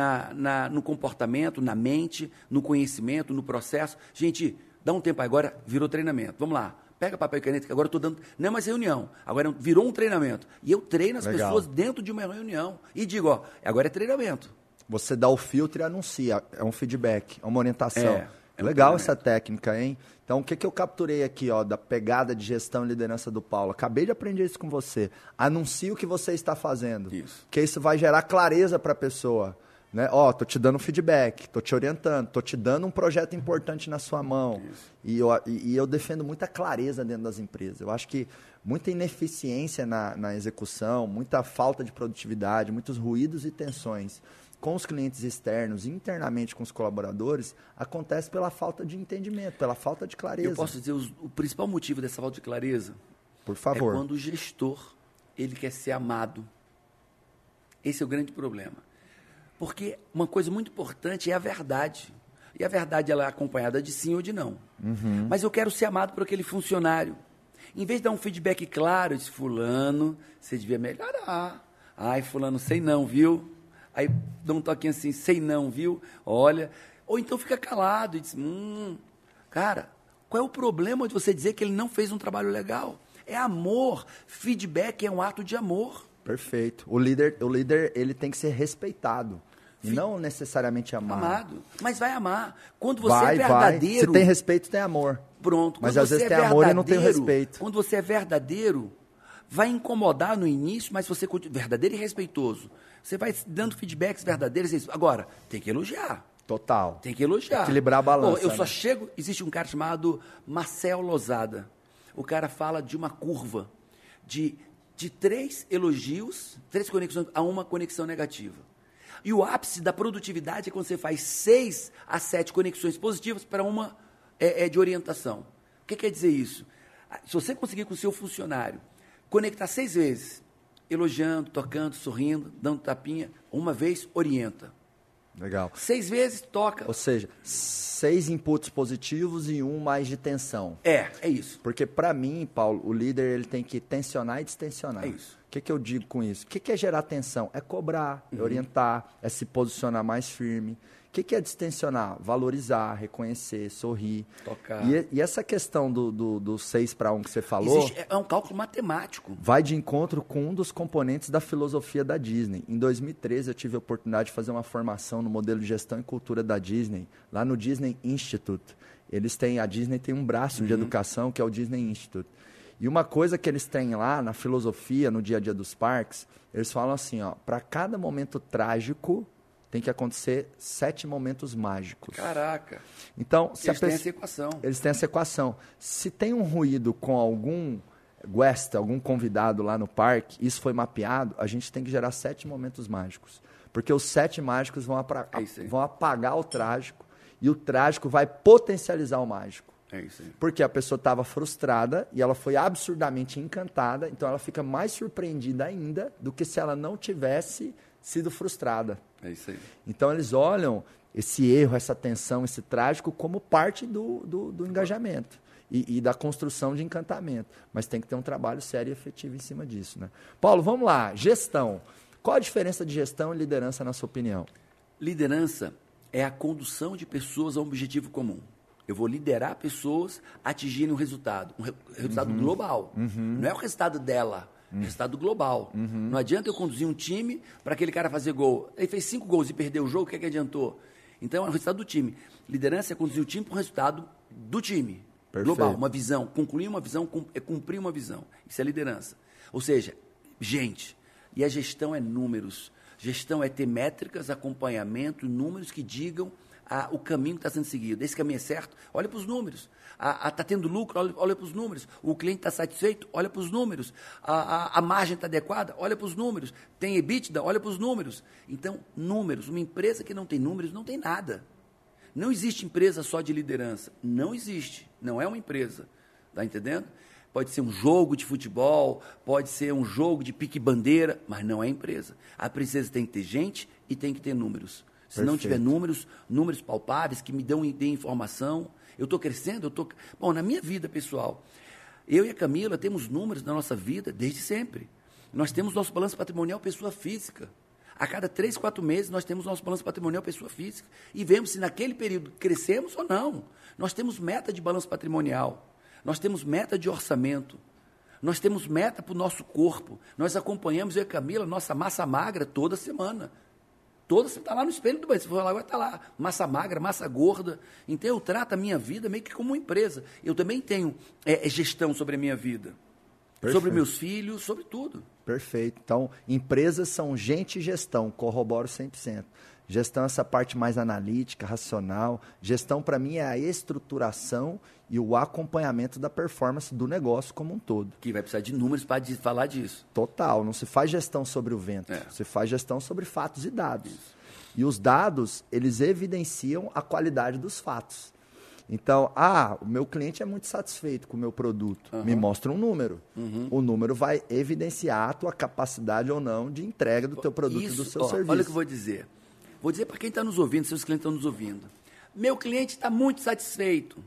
no comportamento, na mente, no conhecimento, no processo. Gente, dá um tempo agora, virou treinamento. Vamos lá, pega papel e caneta, que agora eu estou dando... Não é mais reunião, agora virou um treinamento. E eu treino as pessoas dentro de uma reunião. E digo, agora é treinamento. Você dá o filtro e anuncia. É um feedback, é uma orientação. Legal essa técnica, hein? Então, o que eu capturei aqui, da pegada de gestão e liderança do Paulo? Acabei de aprender isso com você. Anuncie o que você está fazendo. Isso. Porque isso vai gerar clareza para a pessoa. Né? Tô te dando feedback, tô te orientando, tô te dando um projeto importante na sua mão. E eu defendo muita clareza dentro das empresas. Eu acho que muita ineficiência na execução, muita falta de produtividade, muitos ruídos e tensões com os clientes externos e internamente com os colaboradores acontece pela falta de entendimento, pela falta de clareza. Eu posso dizer, o principal motivo dessa falta de clareza, por favor, é quando o gestor ele quer ser amado. Esse é o grande problema. Porque uma coisa muito importante é a verdade. E a verdade ela é acompanhada de sim ou de não. Uhum. Mas eu quero ser amado por aquele funcionário. Em vez de dar um feedback claro, eu disse, fulano, você devia melhorar. Ai, fulano, sei não, viu? Aí dá um toquinho assim, sei não, viu? Olha. Ou então fica calado e diz, cara, qual é o problema de você dizer que ele não fez um trabalho legal? É amor. Feedback é um ato de amor. Perfeito. O líder ele tem que ser respeitado. Não necessariamente amado. Mas vai amar. Quando você é verdadeiro... Se tem respeito, tem amor. Pronto. Mas às vezes tem amor e não tem respeito. Quando você é verdadeiro, vai incomodar no início, mas você é verdadeiro e respeitoso. Você vai dando feedbacks verdadeiros. Agora, tem que elogiar. Total. Tem que elogiar. Equilibrar a balança. Eu só chego... Existe um cara chamado Marcel Lozada. O cara fala de uma curva de 3 elogios, 3 conexões a uma conexão negativa. E o ápice da produtividade é quando você faz 6 a 7 conexões positivas para uma de orientação. O que quer dizer isso? Se você conseguir com o seu funcionário conectar 6 vezes, elogiando, tocando, sorrindo, dando tapinha, uma vez orienta. Legal. 6 vezes toca. Ou seja, 6 inputs positivos e 1 mais de tensão. É isso. Porque para mim, Paulo, o líder ele tem que tensionar e distensionar. É isso. O que eu digo com isso? O que é gerar atenção? É cobrar, é orientar, é se posicionar mais firme. O que é distensionar? Valorizar, reconhecer, sorrir. Tocar. E essa questão do 6-1 que você falou... É um cálculo matemático. Vai de encontro com um dos componentes da filosofia da Disney. Em 2013, eu tive a oportunidade de fazer uma formação no modelo de gestão e cultura da Disney, lá no Disney Institute. A Disney tem um braço de educação, que é o Disney Institute. E uma coisa que eles têm lá, na filosofia, no dia a dia dos parques, eles falam assim, para cada momento trágico... tem que acontecer 7 momentos mágicos. Caraca. Então, eles têm essa equação. Eles têm essa equação. Se tem um ruído com algum guest, algum convidado lá no parque, isso foi mapeado, a gente tem que gerar 7 momentos mágicos. Porque os 7 mágicos vão apagar o trágico e o trágico vai potencializar o mágico. É isso aí. Porque a pessoa estava frustrada e ela foi absurdamente encantada, então ela fica mais surpreendida ainda do que se ela não tivesse sido frustrada. É isso aí. Então, eles olham esse erro, essa tensão, esse trágico como parte do engajamento e da construção de encantamento. Mas tem que ter um trabalho sério e efetivo em cima disso, né? Paulo, vamos lá. Gestão. Qual a diferença de gestão e liderança, na sua opinião? Liderança é a condução de pessoas a um objetivo comum. Eu vou liderar pessoas a atingirem um resultado global. Não é o resultado dela. Resultado global. Não adianta eu conduzir um time para aquele cara fazer gol. Ele fez 5 gols e perdeu o jogo, o que é que adiantou? Então, é o resultado do time. Liderança é conduzir o time para o resultado do time. Perfeito. Global, uma visão. Concluir uma visão é cumprir uma visão. Isso é liderança. Ou seja, gente. E a gestão é números. Gestão é ter métricas, acompanhamento, números que digam o caminho que está sendo seguido. Esse caminho é certo? Olha para os números. Está tendo lucro? Olha para os números. O cliente está satisfeito? Olha para os números. A margem está adequada? Olha para os números. Tem EBITDA? Olha para os números. Então, números. Uma empresa que não tem números não tem nada. Não existe empresa só de liderança. Não existe. Não é uma empresa. Está entendendo? Pode ser um jogo de futebol, pode ser um jogo de pique-bandeira, mas não é empresa. A empresa tem que ter gente e tem que ter números. Se não tiver números palpáveis que me deem informação, eu estou crescendo, Bom, na minha vida pessoal, eu e a Camila temos números na nossa vida desde sempre. Nós temos nosso balanço patrimonial pessoa física. A cada 3, 4 meses nós temos nosso balanço patrimonial pessoa física. E vemos se naquele período crescemos ou não. Nós temos meta de balanço patrimonial. Nós temos meta de orçamento. Nós temos meta para o nosso corpo. Nós acompanhamos, eu e a Camila, nossa massa magra toda semana. Você está lá no espelho do banheiro, se for lá, vai estar lá. Massa magra, massa gorda. Então, eu trato a minha vida meio que como uma empresa. Eu também tenho gestão sobre a minha vida. Perfeito. Sobre meus filhos, sobre tudo. Perfeito. Então, empresas são gente e gestão, corroboro 100%. Gestão é essa parte mais analítica, racional. Gestão, para mim, é a estruturação e o acompanhamento da performance do negócio como um todo. Que vai precisar de números para falar disso. Total. Não se faz gestão sobre o vento. Se faz gestão sobre fatos e dados. Isso. E os dados, eles evidenciam a qualidade dos fatos. Então, o meu cliente é muito satisfeito com o meu produto. Me mostra um número. O número vai evidenciar a tua capacidade ou não de entrega do teu produto e do seu serviço. Olha o que eu vou dizer. Vou dizer para quem está nos ouvindo, seus clientes estão nos ouvindo. Meu cliente está muito satisfeito.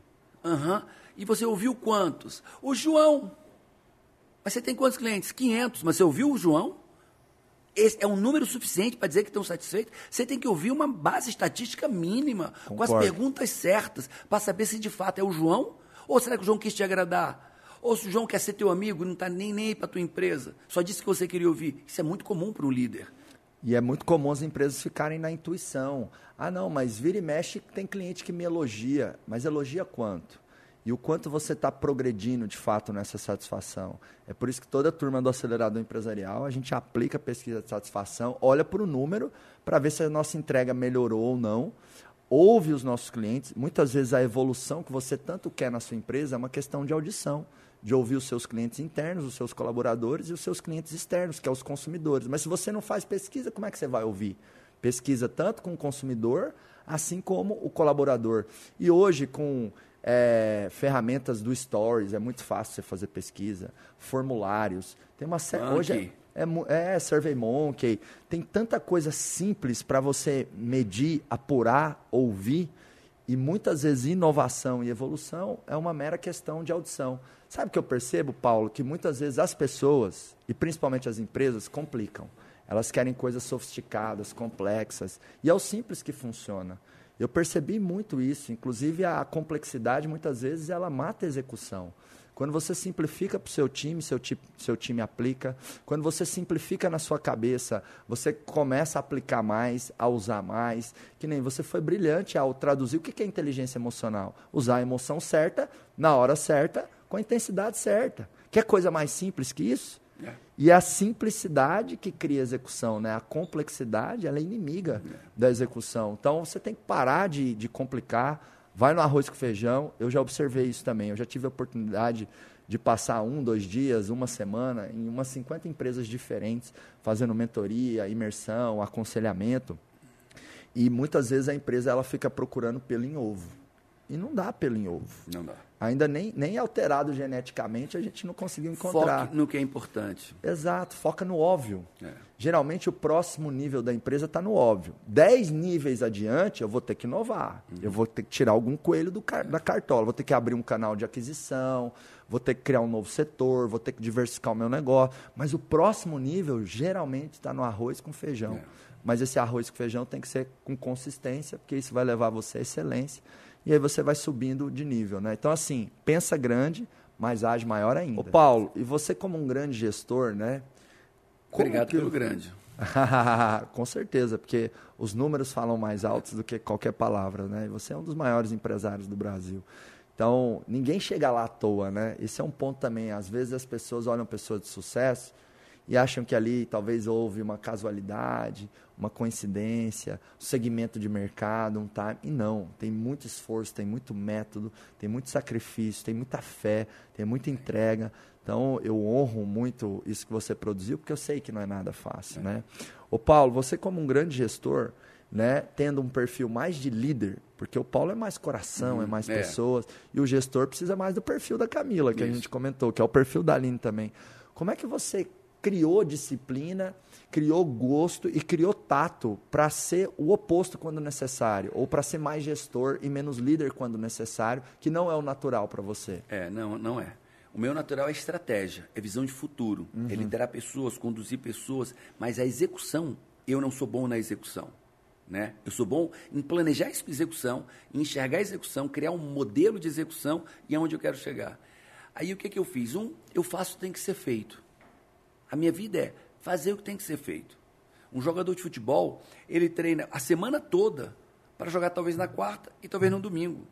E você ouviu quantos? O João. Mas você tem quantos clientes? 500. Mas você ouviu o João? Esse é um número suficiente para dizer que estão satisfeitos? Você tem que ouvir uma base estatística mínima, com as perguntas certas, para saber se de fato é o João, ou será que o João quis te agradar? Ou se o João quer ser teu amigo e não está nem aí para a tua empresa, só disse que você queria ouvir. Isso é muito comum para um líder. E é muito comum as empresas ficarem na intuição. Não, mas vira e mexe, tem cliente que me elogia. Mas elogia quanto? E o quanto você está progredindo, de fato, nessa satisfação. É por isso que toda a turma do Acelerador Empresarial, a gente aplica a pesquisa de satisfação, olha para o número para ver se a nossa entrega melhorou ou não, ouve os nossos clientes. Muitas vezes a evolução que você tanto quer na sua empresa é uma questão de audição, de ouvir os seus clientes internos, os seus colaboradores e os seus clientes externos, que é os consumidores. Mas se você não faz pesquisa, como é que você vai ouvir? Pesquisa tanto com o consumidor, assim como o colaborador. E hoje, com ferramentas do Stories, é muito fácil você fazer pesquisa, formulários. Tem uma série. Hoje SurveyMonkey. Tem tanta coisa simples para você medir, apurar, ouvir. E muitas vezes inovação e evolução é uma mera questão de audição. Sabe o que eu percebo, Paulo? Que muitas vezes as pessoas, e principalmente as empresas, complicam. Elas querem coisas sofisticadas, complexas. E é o simples que funciona. Eu percebi muito isso. Inclusive, a complexidade, muitas vezes, ela mata a execução. Quando você simplifica para o seu time aplica. Quando você simplifica na sua cabeça, você começa a aplicar mais, a usar mais. Que nem você foi brilhante ao traduzir o que é inteligência emocional. Usar a emoção certa, na hora certa, com a intensidade certa. Quer coisa mais simples que isso? E é a simplicidade que cria a execução, né? A complexidade, ela é inimiga da execução. Então, você tem que parar de complicar. Vai no arroz com feijão. Eu já observei isso também. Eu já tive a oportunidade de passar 1, 2 dias, uma semana, em umas 50 empresas diferentes, fazendo mentoria, imersão, aconselhamento. E muitas vezes a empresa ela fica procurando pelo em ovo. E não dá pelo em ovo. Não dá. Ainda nem alterado geneticamente a gente não conseguiu encontrar. Foque no que é importante. Exato, foca no óbvio. Geralmente o próximo nível da empresa está no óbvio. 10 níveis adiante eu vou ter que inovar. Eu vou ter que tirar algum coelho da cartola. Vou ter que abrir um canal de aquisição, vou ter que criar um novo setor, vou ter que diversificar o meu negócio. Mas o próximo nível geralmente está no arroz com feijão. Mas esse arroz com feijão tem que ser com consistência, porque isso vai levar você à excelência. E aí você vai subindo de nível, né? Então, assim, pensa grande, mas age maior ainda. Ô, Paulo, e você como um grande gestor, né? Obrigado pelo grande. Com certeza, porque os números falam mais altos do que qualquer palavra, né? E você é um dos maiores empresários do Brasil. Então, ninguém chega lá à toa, né? Esse é um ponto também. Às vezes as pessoas olham pessoas de sucesso e acham que ali talvez houve uma casualidade, uma coincidência, um segmento de mercado, um time. E não, tem muito esforço, tem muito método, tem muito sacrifício, tem muita fé, tem muita entrega. Então, eu honro muito isso que você produziu, porque eu sei que não é nada fácil, né? Ô, Paulo, você como um grande gestor, né, tendo um perfil mais de líder, porque o Paulo é mais coração, é mais pessoas, e o gestor precisa mais do perfil da Camila, que a gente comentou, que é o perfil da Aline também. Como é que você criou disciplina, criou gosto e criou tato para ser o oposto quando necessário, ou para ser mais gestor e menos líder quando necessário, que não é o natural para você? Não é. O meu natural é estratégia, é visão de futuro, é liderar pessoas, conduzir pessoas, mas a execução, eu não sou bom na execução. Né? Eu sou bom em planejar a execução, em enxergar a execução, criar um modelo de execução e aonde eu quero chegar. Aí o que eu fiz? Eu faço o que tem que ser feito. A minha vida é fazer o que tem que ser feito. Um jogador de futebol, ele treina a semana toda para jogar talvez na quarta e talvez no domingo.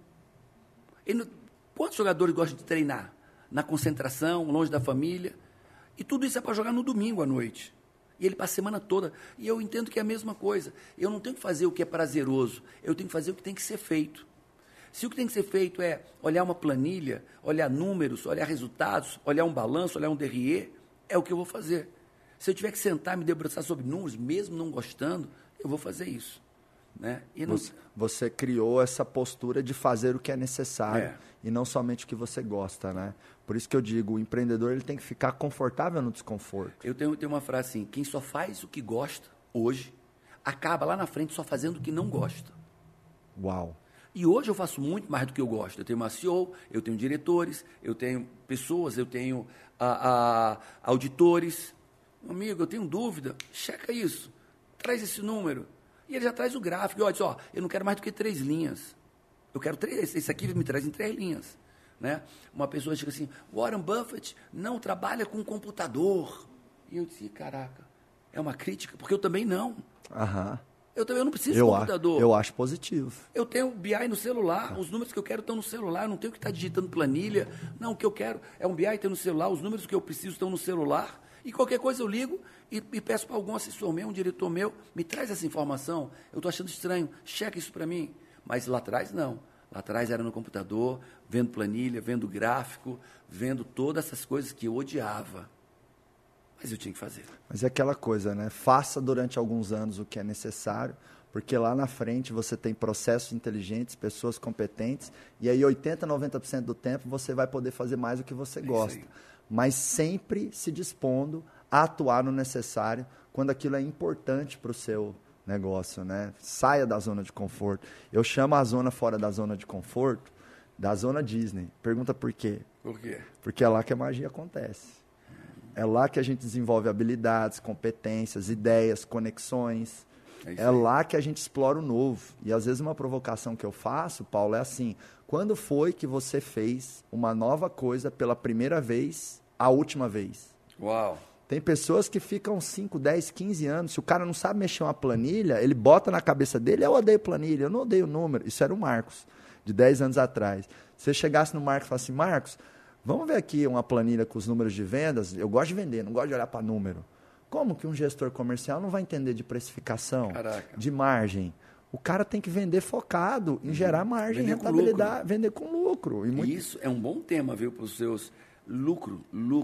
Quantos jogadores gostam de treinar? Na concentração, longe da família. E tudo isso é para jogar no domingo à noite. E ele passa a semana toda. E eu entendo que é a mesma coisa. Eu não tenho que fazer o que é prazeroso. Eu tenho que fazer o que tem que ser feito. Se o que tem que ser feito é olhar uma planilha, olhar números, olhar resultados, olhar um balanço, olhar um DRE, é o que eu vou fazer. Se eu tiver que sentar e me debruçar sobre números, mesmo não gostando, eu vou fazer isso. Né? E não... Você criou essa postura de fazer o que é necessário e não somente o que você gosta, né? Por isso que eu digo, o empreendedor ele tem que ficar confortável no desconforto. Eu tenho uma frase assim, quem só faz o que gosta hoje, acaba lá na frente só fazendo o que não gosta. Uau! E hoje eu faço muito mais do que eu gosto. Eu tenho uma CEO, eu tenho diretores, eu tenho pessoas, eu tenho auditores. Amigo, eu tenho dúvida, checa isso, traz esse número. E ele já traz o gráfico. E olha, diz, eu não quero mais do que 3 linhas. Eu quero 3, esse aqui me traz em 3 linhas. Né? Uma pessoa chega assim, Warren Buffett não trabalha com computador. E eu disse, caraca, é uma crítica, porque eu também não. Eu não preciso de computador. Eu acho positivo. Eu tenho BI no celular, os números que eu quero estão no celular, eu não tenho que estar digitando planilha. Não, o que eu quero é um BI ter no celular, os números que eu preciso estão no celular. E qualquer coisa eu ligo e peço para algum assessor meu, um diretor meu, me traz essa informação. Eu estou achando estranho, checa isso para mim. Mas lá atrás, não. Lá atrás era no computador, vendo planilha, vendo gráfico, vendo todas essas coisas que eu odiava. Mas eu tinha que fazer. Mas é aquela coisa, né? Faça durante alguns anos o que é necessário, porque lá na frente você tem processos inteligentes, pessoas competentes, e aí 80%, 90% do tempo você vai poder fazer mais o que você gosta. Mas sempre se dispondo a atuar no necessário quando aquilo é importante para o seu negócio, né? Saia da zona de conforto. Eu chamo a zona fora da zona de conforto da zona Disney. Pergunta por quê? Por quê? Porque é lá que a magia acontece. É lá que a gente desenvolve habilidades, competências, ideias, conexões. É lá que a gente explora o novo. E às vezes uma provocação que eu faço, Paulo, é assim: quando foi que você fez uma nova coisa pela primeira vez, a última vez? Uau! Tem pessoas que ficam 5, 10, 15 anos. Se o cara não sabe mexer uma planilha, ele bota na cabeça dele: eu odeio planilha, eu não odeio número. Isso era o Marcos, de 10 anos atrás. Se você chegasse no Marcos e falasse assim: Marcos, vamos ver aqui uma planilha com os números de vendas. Eu gosto de vender, não gosto de olhar para número. Como que um gestor comercial não vai entender de precificação, Caraca, de margem? O cara tem que vender focado em gerar margem, vender rentabilidade, vender com lucro. E isso é um bom tema, viu, para os seus lucro.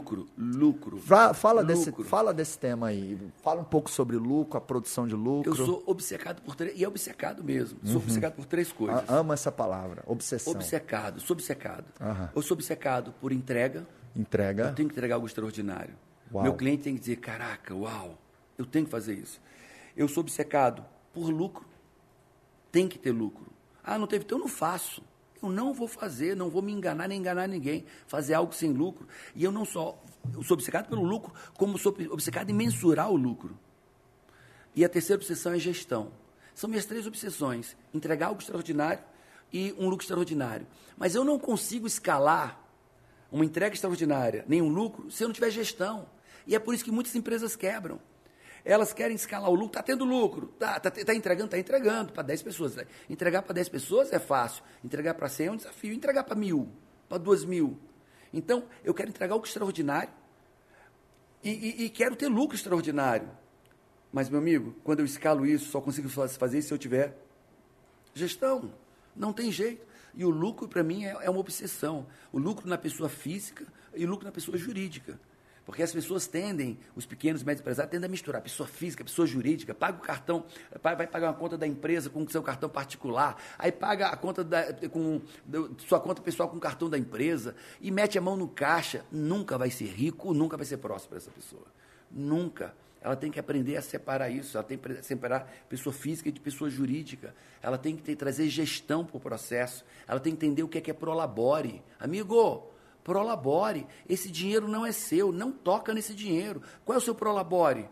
Fala desse tema aí. Fala um pouco sobre lucro, a produção de lucro. Eu sou obcecado por três, e é obcecado mesmo. Sou obcecado por três coisas. Amo essa palavra, obsessão. Sou obcecado. Eu sou obcecado por entrega. Eu tenho que entregar algo extraordinário. Uau. Meu cliente tem que dizer: caraca, uau, eu tenho que fazer isso. Eu sou obcecado por lucro. Tem que ter lucro. Ah, não teve, então eu não faço. Eu não vou fazer, não vou me enganar nem enganar ninguém. Fazer algo sem lucro. E eu sou obcecado pelo lucro, como sou obcecado em mensurar o lucro. E a terceira obsessão é gestão. São minhas três obsessões: entregar algo extraordinário e um lucro extraordinário. Mas eu não consigo escalar uma entrega extraordinária, nem um lucro, se eu não tiver gestão. E é por isso que muitas empresas quebram. Elas querem escalar o lucro, está tendo lucro, está entregando para 10 pessoas. Entregar para 10 pessoas é fácil, entregar para 100 é um desafio, entregar para 1.000, para 2.000. Então, eu quero entregar algo extraordinário e quero ter lucro extraordinário. Mas, meu amigo, quando eu escalo isso, só consigo fazer isso se eu tiver gestão. Não tem jeito. E o lucro, para mim, é uma obsessão. O lucro na pessoa física e o lucro na pessoa jurídica. Porque as pessoas tendem, os pequenos e médios empresários, tendem a misturar pessoa física, pessoa jurídica, paga o cartão, vai pagar uma conta da empresa com o seu cartão particular, aí paga a conta sua conta pessoal com o cartão da empresa e mete a mão no caixa. Nunca vai ser rico, nunca vai ser próspero essa pessoa. Nunca. Ela tem que aprender a separar isso, ela tem que separar pessoa física de pessoa jurídica, ela tem que trazer gestão para o processo, ela tem que entender o que é prolabore. Amigo, prolabore, esse dinheiro não é seu, não toca nesse dinheiro. Qual é o seu prolabore?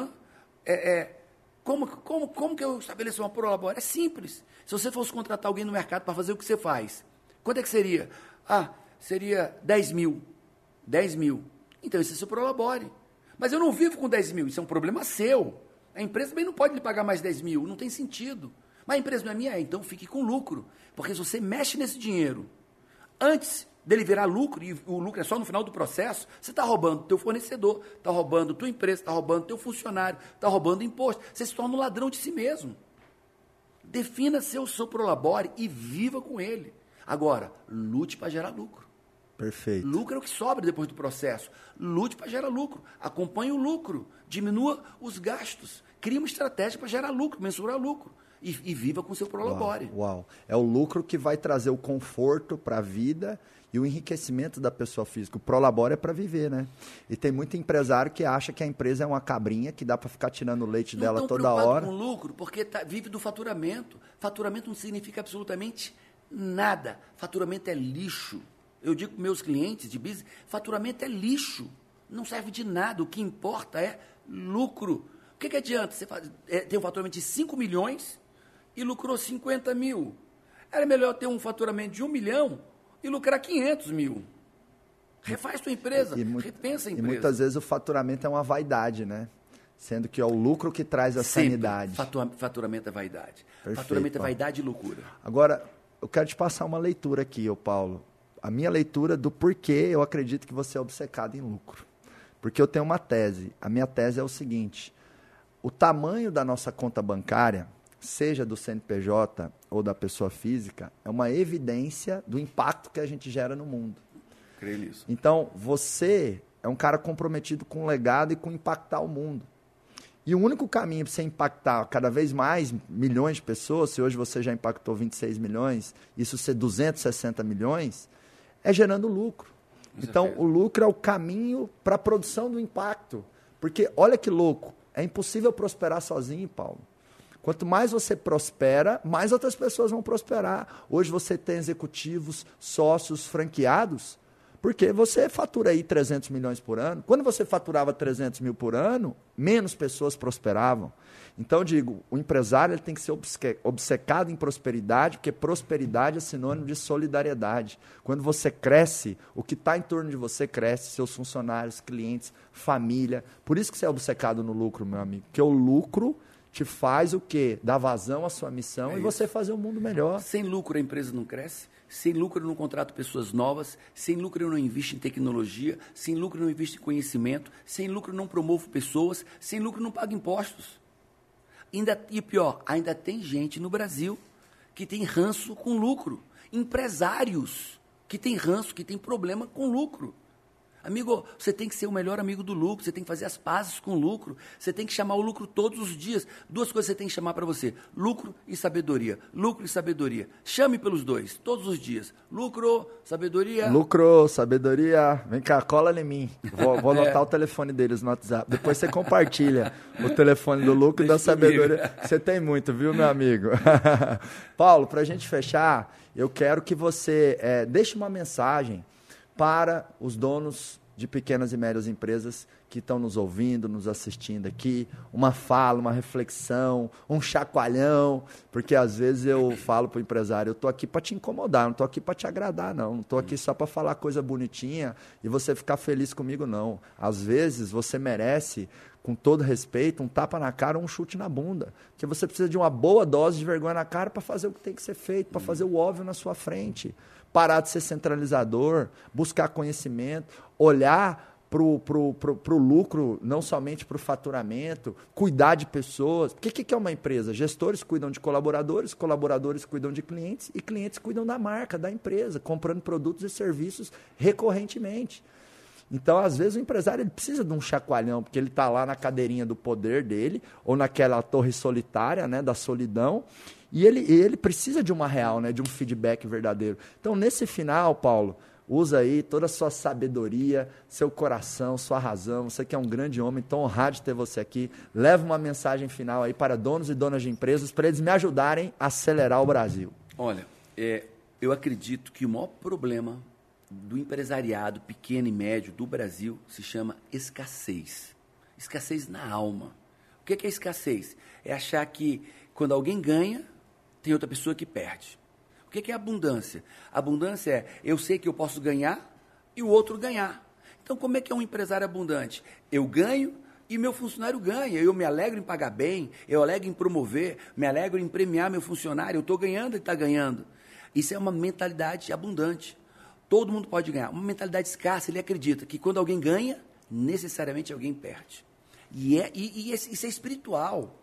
Como que eu estabeleço uma prolabore? É simples. Se você fosse contratar alguém no mercado para fazer o que você faz, quanto é que seria? Seria 10 mil. 10 mil. Então, esse é o seu prolabore. Mas eu não vivo com 10 mil, isso é um problema seu. A empresa também não pode lhe pagar mais 10 mil, não tem sentido. Mas a empresa não é minha, então fique com lucro. Porque se você mexe nesse dinheiro antes dele virar lucro, e o lucro é só no final do processo, você está roubando teu fornecedor, está roubando tua empresa, está roubando teu funcionário, está roubando imposto. Você se torna um ladrão de si mesmo. Defina seu prolabore e viva com ele. Agora, lute para gerar lucro. Perfeito. Lucro é o que sobra depois do processo. Lute para gerar lucro. Acompanhe o lucro. Diminua os gastos. Crie uma estratégia para gerar lucro, mensurar lucro. E viva com o seu prolabore. Uau. É o lucro que vai trazer o conforto para a vida e o enriquecimento da pessoa física. O prolabore é para viver, né? E tem muito empresário que acha que a empresa é uma cabrinha que dá para ficar tirando o leite dela toda hora. Não com lucro, porque vive do faturamento. Faturamento não significa absolutamente nada. Faturamento é lixo. Eu digo para meus clientes de business, faturamento é lixo, não serve de nada, o que importa é lucro. O que adianta você ter um faturamento de 5 milhões e lucrou 50 mil? Era melhor ter um faturamento de 1 milhão e lucrar 500 mil. Refaz sua empresa, repensa a empresa. E muitas vezes o faturamento é uma vaidade, né? Sendo que é o lucro que traz a sanidade. Faturamento é vaidade. Perfeito, faturamento é vaidade e loucura. Agora, eu quero te passar uma leitura aqui, Paulo. A minha leitura do porquê eu acredito que você é obcecado em lucro. Porque eu tenho uma tese. A minha tese é o seguinte: o tamanho da nossa conta bancária, seja do CNPJ ou da pessoa física, é uma evidência do impacto que a gente gera no mundo. Creio nisso. Então, você é um cara comprometido com o legado e com impactar o mundo. E o único caminho para você impactar cada vez mais milhões de pessoas, se hoje você já impactou 26 milhões, isso ser 260 milhões, é gerando lucro. Então, o lucro é o caminho para a produção do impacto. Porque, olha que louco, é impossível prosperar sozinho, Paulo. Quanto mais você prospera, mais outras pessoas vão prosperar. Hoje você tem executivos, sócios, franqueados, porque você fatura aí 300 milhões por ano. Quando você faturava 300 mil por ano, menos pessoas prosperavam. Então, eu digo, o empresário ele tem que ser obcecado em prosperidade, porque prosperidade é sinônimo de solidariedade. Quando você cresce, o que está em torno de você cresce, seus funcionários, clientes, família. Por isso que você é obcecado no lucro, meu amigo. Porque o lucro te faz o quê? Dar vazão à sua missão e você fazer um mundo melhor. Sem lucro a empresa não cresce, sem lucro eu não contrato pessoas novas, sem lucro eu não invisto em tecnologia, sem lucro eu não invisto em conhecimento, sem lucro eu não promovo pessoas, sem lucro eu não pago impostos. E pior, ainda tem gente no Brasil que tem ranço com lucro, empresários que tem ranço, que tem problema com lucro. Amigo, você tem que ser o melhor amigo do lucro, você tem que fazer as pazes com o lucro, você tem que chamar o lucro todos os dias. 2 coisas você tem que chamar para você, lucro e sabedoria. Lucro e sabedoria. Chame pelos 2, todos os dias. Lucro, sabedoria. Lucro, sabedoria. Vem cá, cola em mim. Vou anotar o telefone deles no WhatsApp. Depois você compartilha o telefone do lucro e da sabedoria. Você tem muito, viu, meu amigo? Paulo, para a gente fechar, eu quero que você deixe uma mensagem para os donos de pequenas e médias empresas que estão nos ouvindo, nos assistindo aqui, uma fala, uma reflexão, um chacoalhão, porque às vezes eu falo para o empresário, eu estou aqui para te incomodar, não estou aqui para te agradar, não estou aqui só para falar coisa bonitinha e você ficar feliz comigo, não. Às vezes você merece, com todo respeito, um tapa na cara ou um chute na bunda, porque você precisa de uma boa dose de vergonha na cara para fazer o que tem que ser feito, para fazer o óbvio na sua frente. Parar de ser centralizador, buscar conhecimento, olhar para o lucro, não somente para o faturamento, cuidar de pessoas. O que é uma empresa? Gestores cuidam de colaboradores, colaboradores cuidam de clientes e clientes cuidam da marca, da empresa, comprando produtos e serviços recorrentemente. Então, às vezes, o empresário ele precisa de um chacoalhão, porque ele está lá na cadeirinha do poder dele, ou naquela torre solitária, né, da solidão, e ele precisa de uma real, né, de um feedback verdadeiro. Então, nesse final, Paulo, usa aí toda a sua sabedoria, seu coração, sua razão. Você que é um grande homem, estou honrado de ter você aqui. Leva uma mensagem final aí para donos e donas de empresas, para eles me ajudarem a acelerar o Brasil. Olha, eu acredito que o maior problema do empresariado pequeno e médio do Brasil se chama escassez. Escassez na alma. O que é escassez? É achar que quando alguém ganha, tem outra pessoa que perde. O que é abundância? Abundância é, eu sei que eu posso ganhar e o outro ganhar. Então, como é que é um empresário abundante? Eu ganho e meu funcionário ganha. Eu me alegro em pagar bem, eu alegro em promover, me alegro em premiar meu funcionário. Eu estou ganhando, ele está ganhando. Isso é uma mentalidade abundante. Todo mundo pode ganhar. Uma mentalidade escassa, ele acredita que quando alguém ganha, necessariamente alguém perde. Isso é espiritual.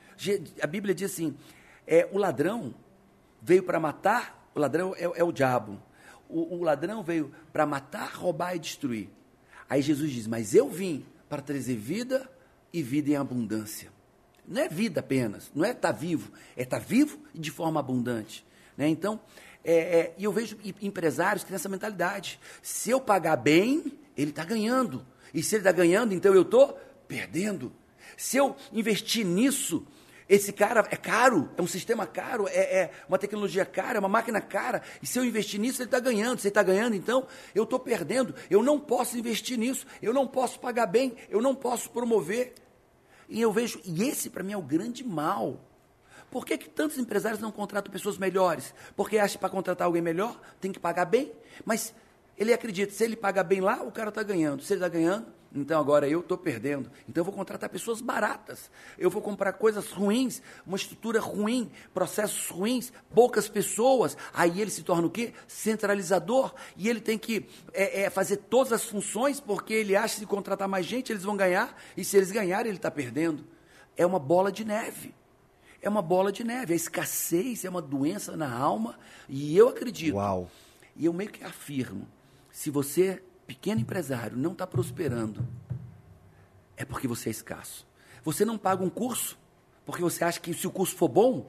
A Bíblia diz assim, o ladrão veio para matar, o ladrão é o diabo. O ladrão veio para matar, roubar e destruir. Aí Jesus diz, mas eu vim para trazer vida e vida em abundância. Não é vida apenas, não é estar vivo, é estar vivo e de forma abundante. Né? Então, e eu vejo empresários que têm essa mentalidade. Se eu pagar bem, ele está ganhando. E se ele está ganhando, então eu estou perdendo. Se eu investir nisso, esse cara é caro, é um sistema caro, é uma tecnologia cara, é uma máquina cara. E se eu investir nisso, ele está ganhando. Se ele está ganhando, então eu estou perdendo. Eu não posso investir nisso, eu não posso pagar bem, eu não posso promover. E eu vejo, e esse para mim é o grande mal. Por que tantos empresários não contratam pessoas melhores? Porque acha que para contratar alguém melhor, tem que pagar bem. Mas ele acredita, se ele pagar bem lá, o cara está ganhando. Se ele está ganhando, então agora eu estou perdendo. Então eu vou contratar pessoas baratas. Eu vou comprar coisas ruins, uma estrutura ruim, processos ruins, poucas pessoas. Aí ele se torna o quê? Centralizador. E ele tem que fazer todas as funções, porque ele acha que se contratar mais gente, eles vão ganhar. E se eles ganharem, ele está perdendo. É uma bola de neve. É uma bola de neve. A escassez é uma doença na alma. E eu acredito. Uau. E eu meio que afirmo. Se você, pequeno empresário, não está prosperando, é porque você é escasso. Você não paga um curso, porque você acha que se o curso for bom,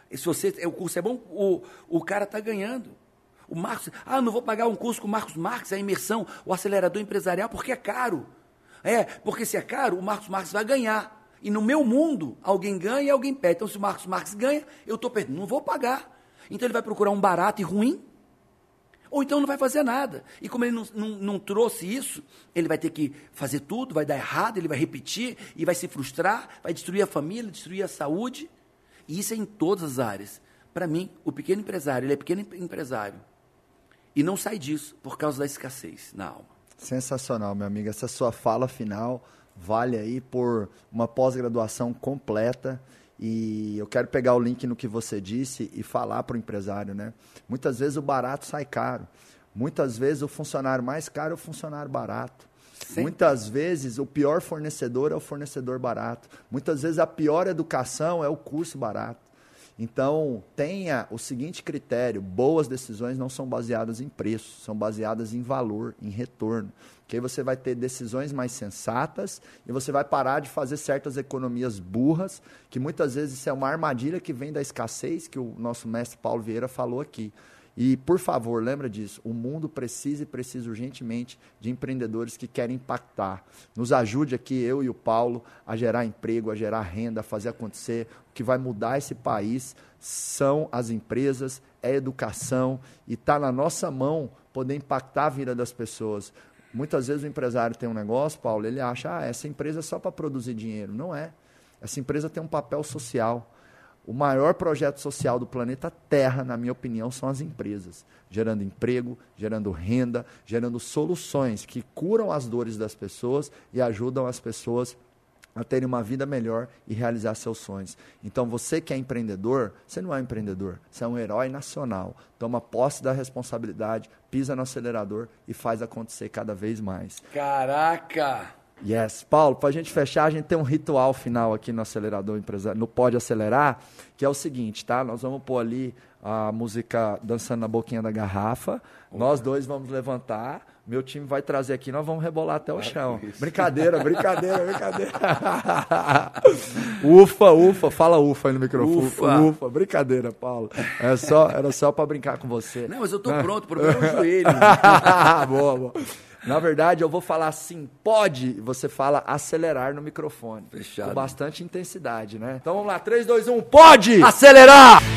o curso é bom, o cara está ganhando. O Marcos, não vou pagar um curso com o Marcos Marques, a imersão, o acelerador empresarial, porque é caro. Porque se é caro, o Marcos Marques vai ganhar. E no meu mundo, alguém ganha e alguém perde. Então, se o Marcos Marques ganha, eu estou perdendo. Não vou pagar. Então, ele vai procurar um barato e ruim? Ou então não vai fazer nada. E como ele não trouxe isso, ele vai ter que fazer tudo, vai dar errado, ele vai repetir e vai se frustrar, vai destruir a família, destruir a saúde. E isso é em todas as áreas. Para mim, o pequeno empresário, ele é pequeno empresário. E não sai disso por causa da escassez na alma. Sensacional, meu amigo. Essa sua fala final vale aí por uma pós-graduação completa. E eu quero pegar o link no que você disse e falar para o empresário, né? Muitas vezes o barato sai caro. Muitas vezes o funcionário mais caro é o funcionário barato. Sim. Muitas vezes o pior fornecedor é o fornecedor barato. Muitas vezes a pior educação é o curso barato. Então, tenha o seguinte critério: boas decisões não são baseadas em preço, são baseadas em valor, em retorno. Que aí você vai ter decisões mais sensatas e você vai parar de fazer certas economias burras, que muitas vezes isso é uma armadilha que vem da escassez, que o nosso mestre Paulo Vieira falou aqui. E, por favor, lembra disso, o mundo precisa urgentemente de empreendedores que querem impactar. Nos ajude aqui, eu e o Paulo, a gerar emprego, a gerar renda, a fazer acontecer. O que vai mudar esse país são as empresas, é a educação, e está na nossa mão poder impactar a vida das pessoas. Muitas vezes o empresário tem um negócio, Paulo, ele acha, essa empresa é só para produzir dinheiro. Não é. Essa empresa tem um papel social. O maior projeto social do planeta Terra, na minha opinião, são as empresas. Gerando emprego, gerando renda, gerando soluções que curam as dores das pessoas e ajudam as pessoas a terem uma vida melhor e realizar seus sonhos. Então, você que é empreendedor, você não é um empreendedor, você é um herói nacional. Toma posse da responsabilidade, pisa no acelerador e faz acontecer cada vez mais. Caraca! Yes. Paulo, para a gente fechar, a gente tem um ritual final aqui no Acelerador Empresário, no Pode Acelerar, que é o seguinte, tá? Nós vamos pôr ali a música Dançando na Boquinha da Garrafa, nós dois vamos levantar, meu time vai trazer aqui, nós vamos rebolar até o chão. Brincadeira. Ufa, fala ufa aí no microfone. Ufa, brincadeira, Paulo. Era só para brincar com você. Não, mas eu tô pronto, o problema é o joelho. Boa. Na verdade, eu vou falar assim, pode, e você fala acelerar no microfone. Fechado. Com bastante intensidade, né? Então vamos lá, 3, 2, 1, pode! Acelerar!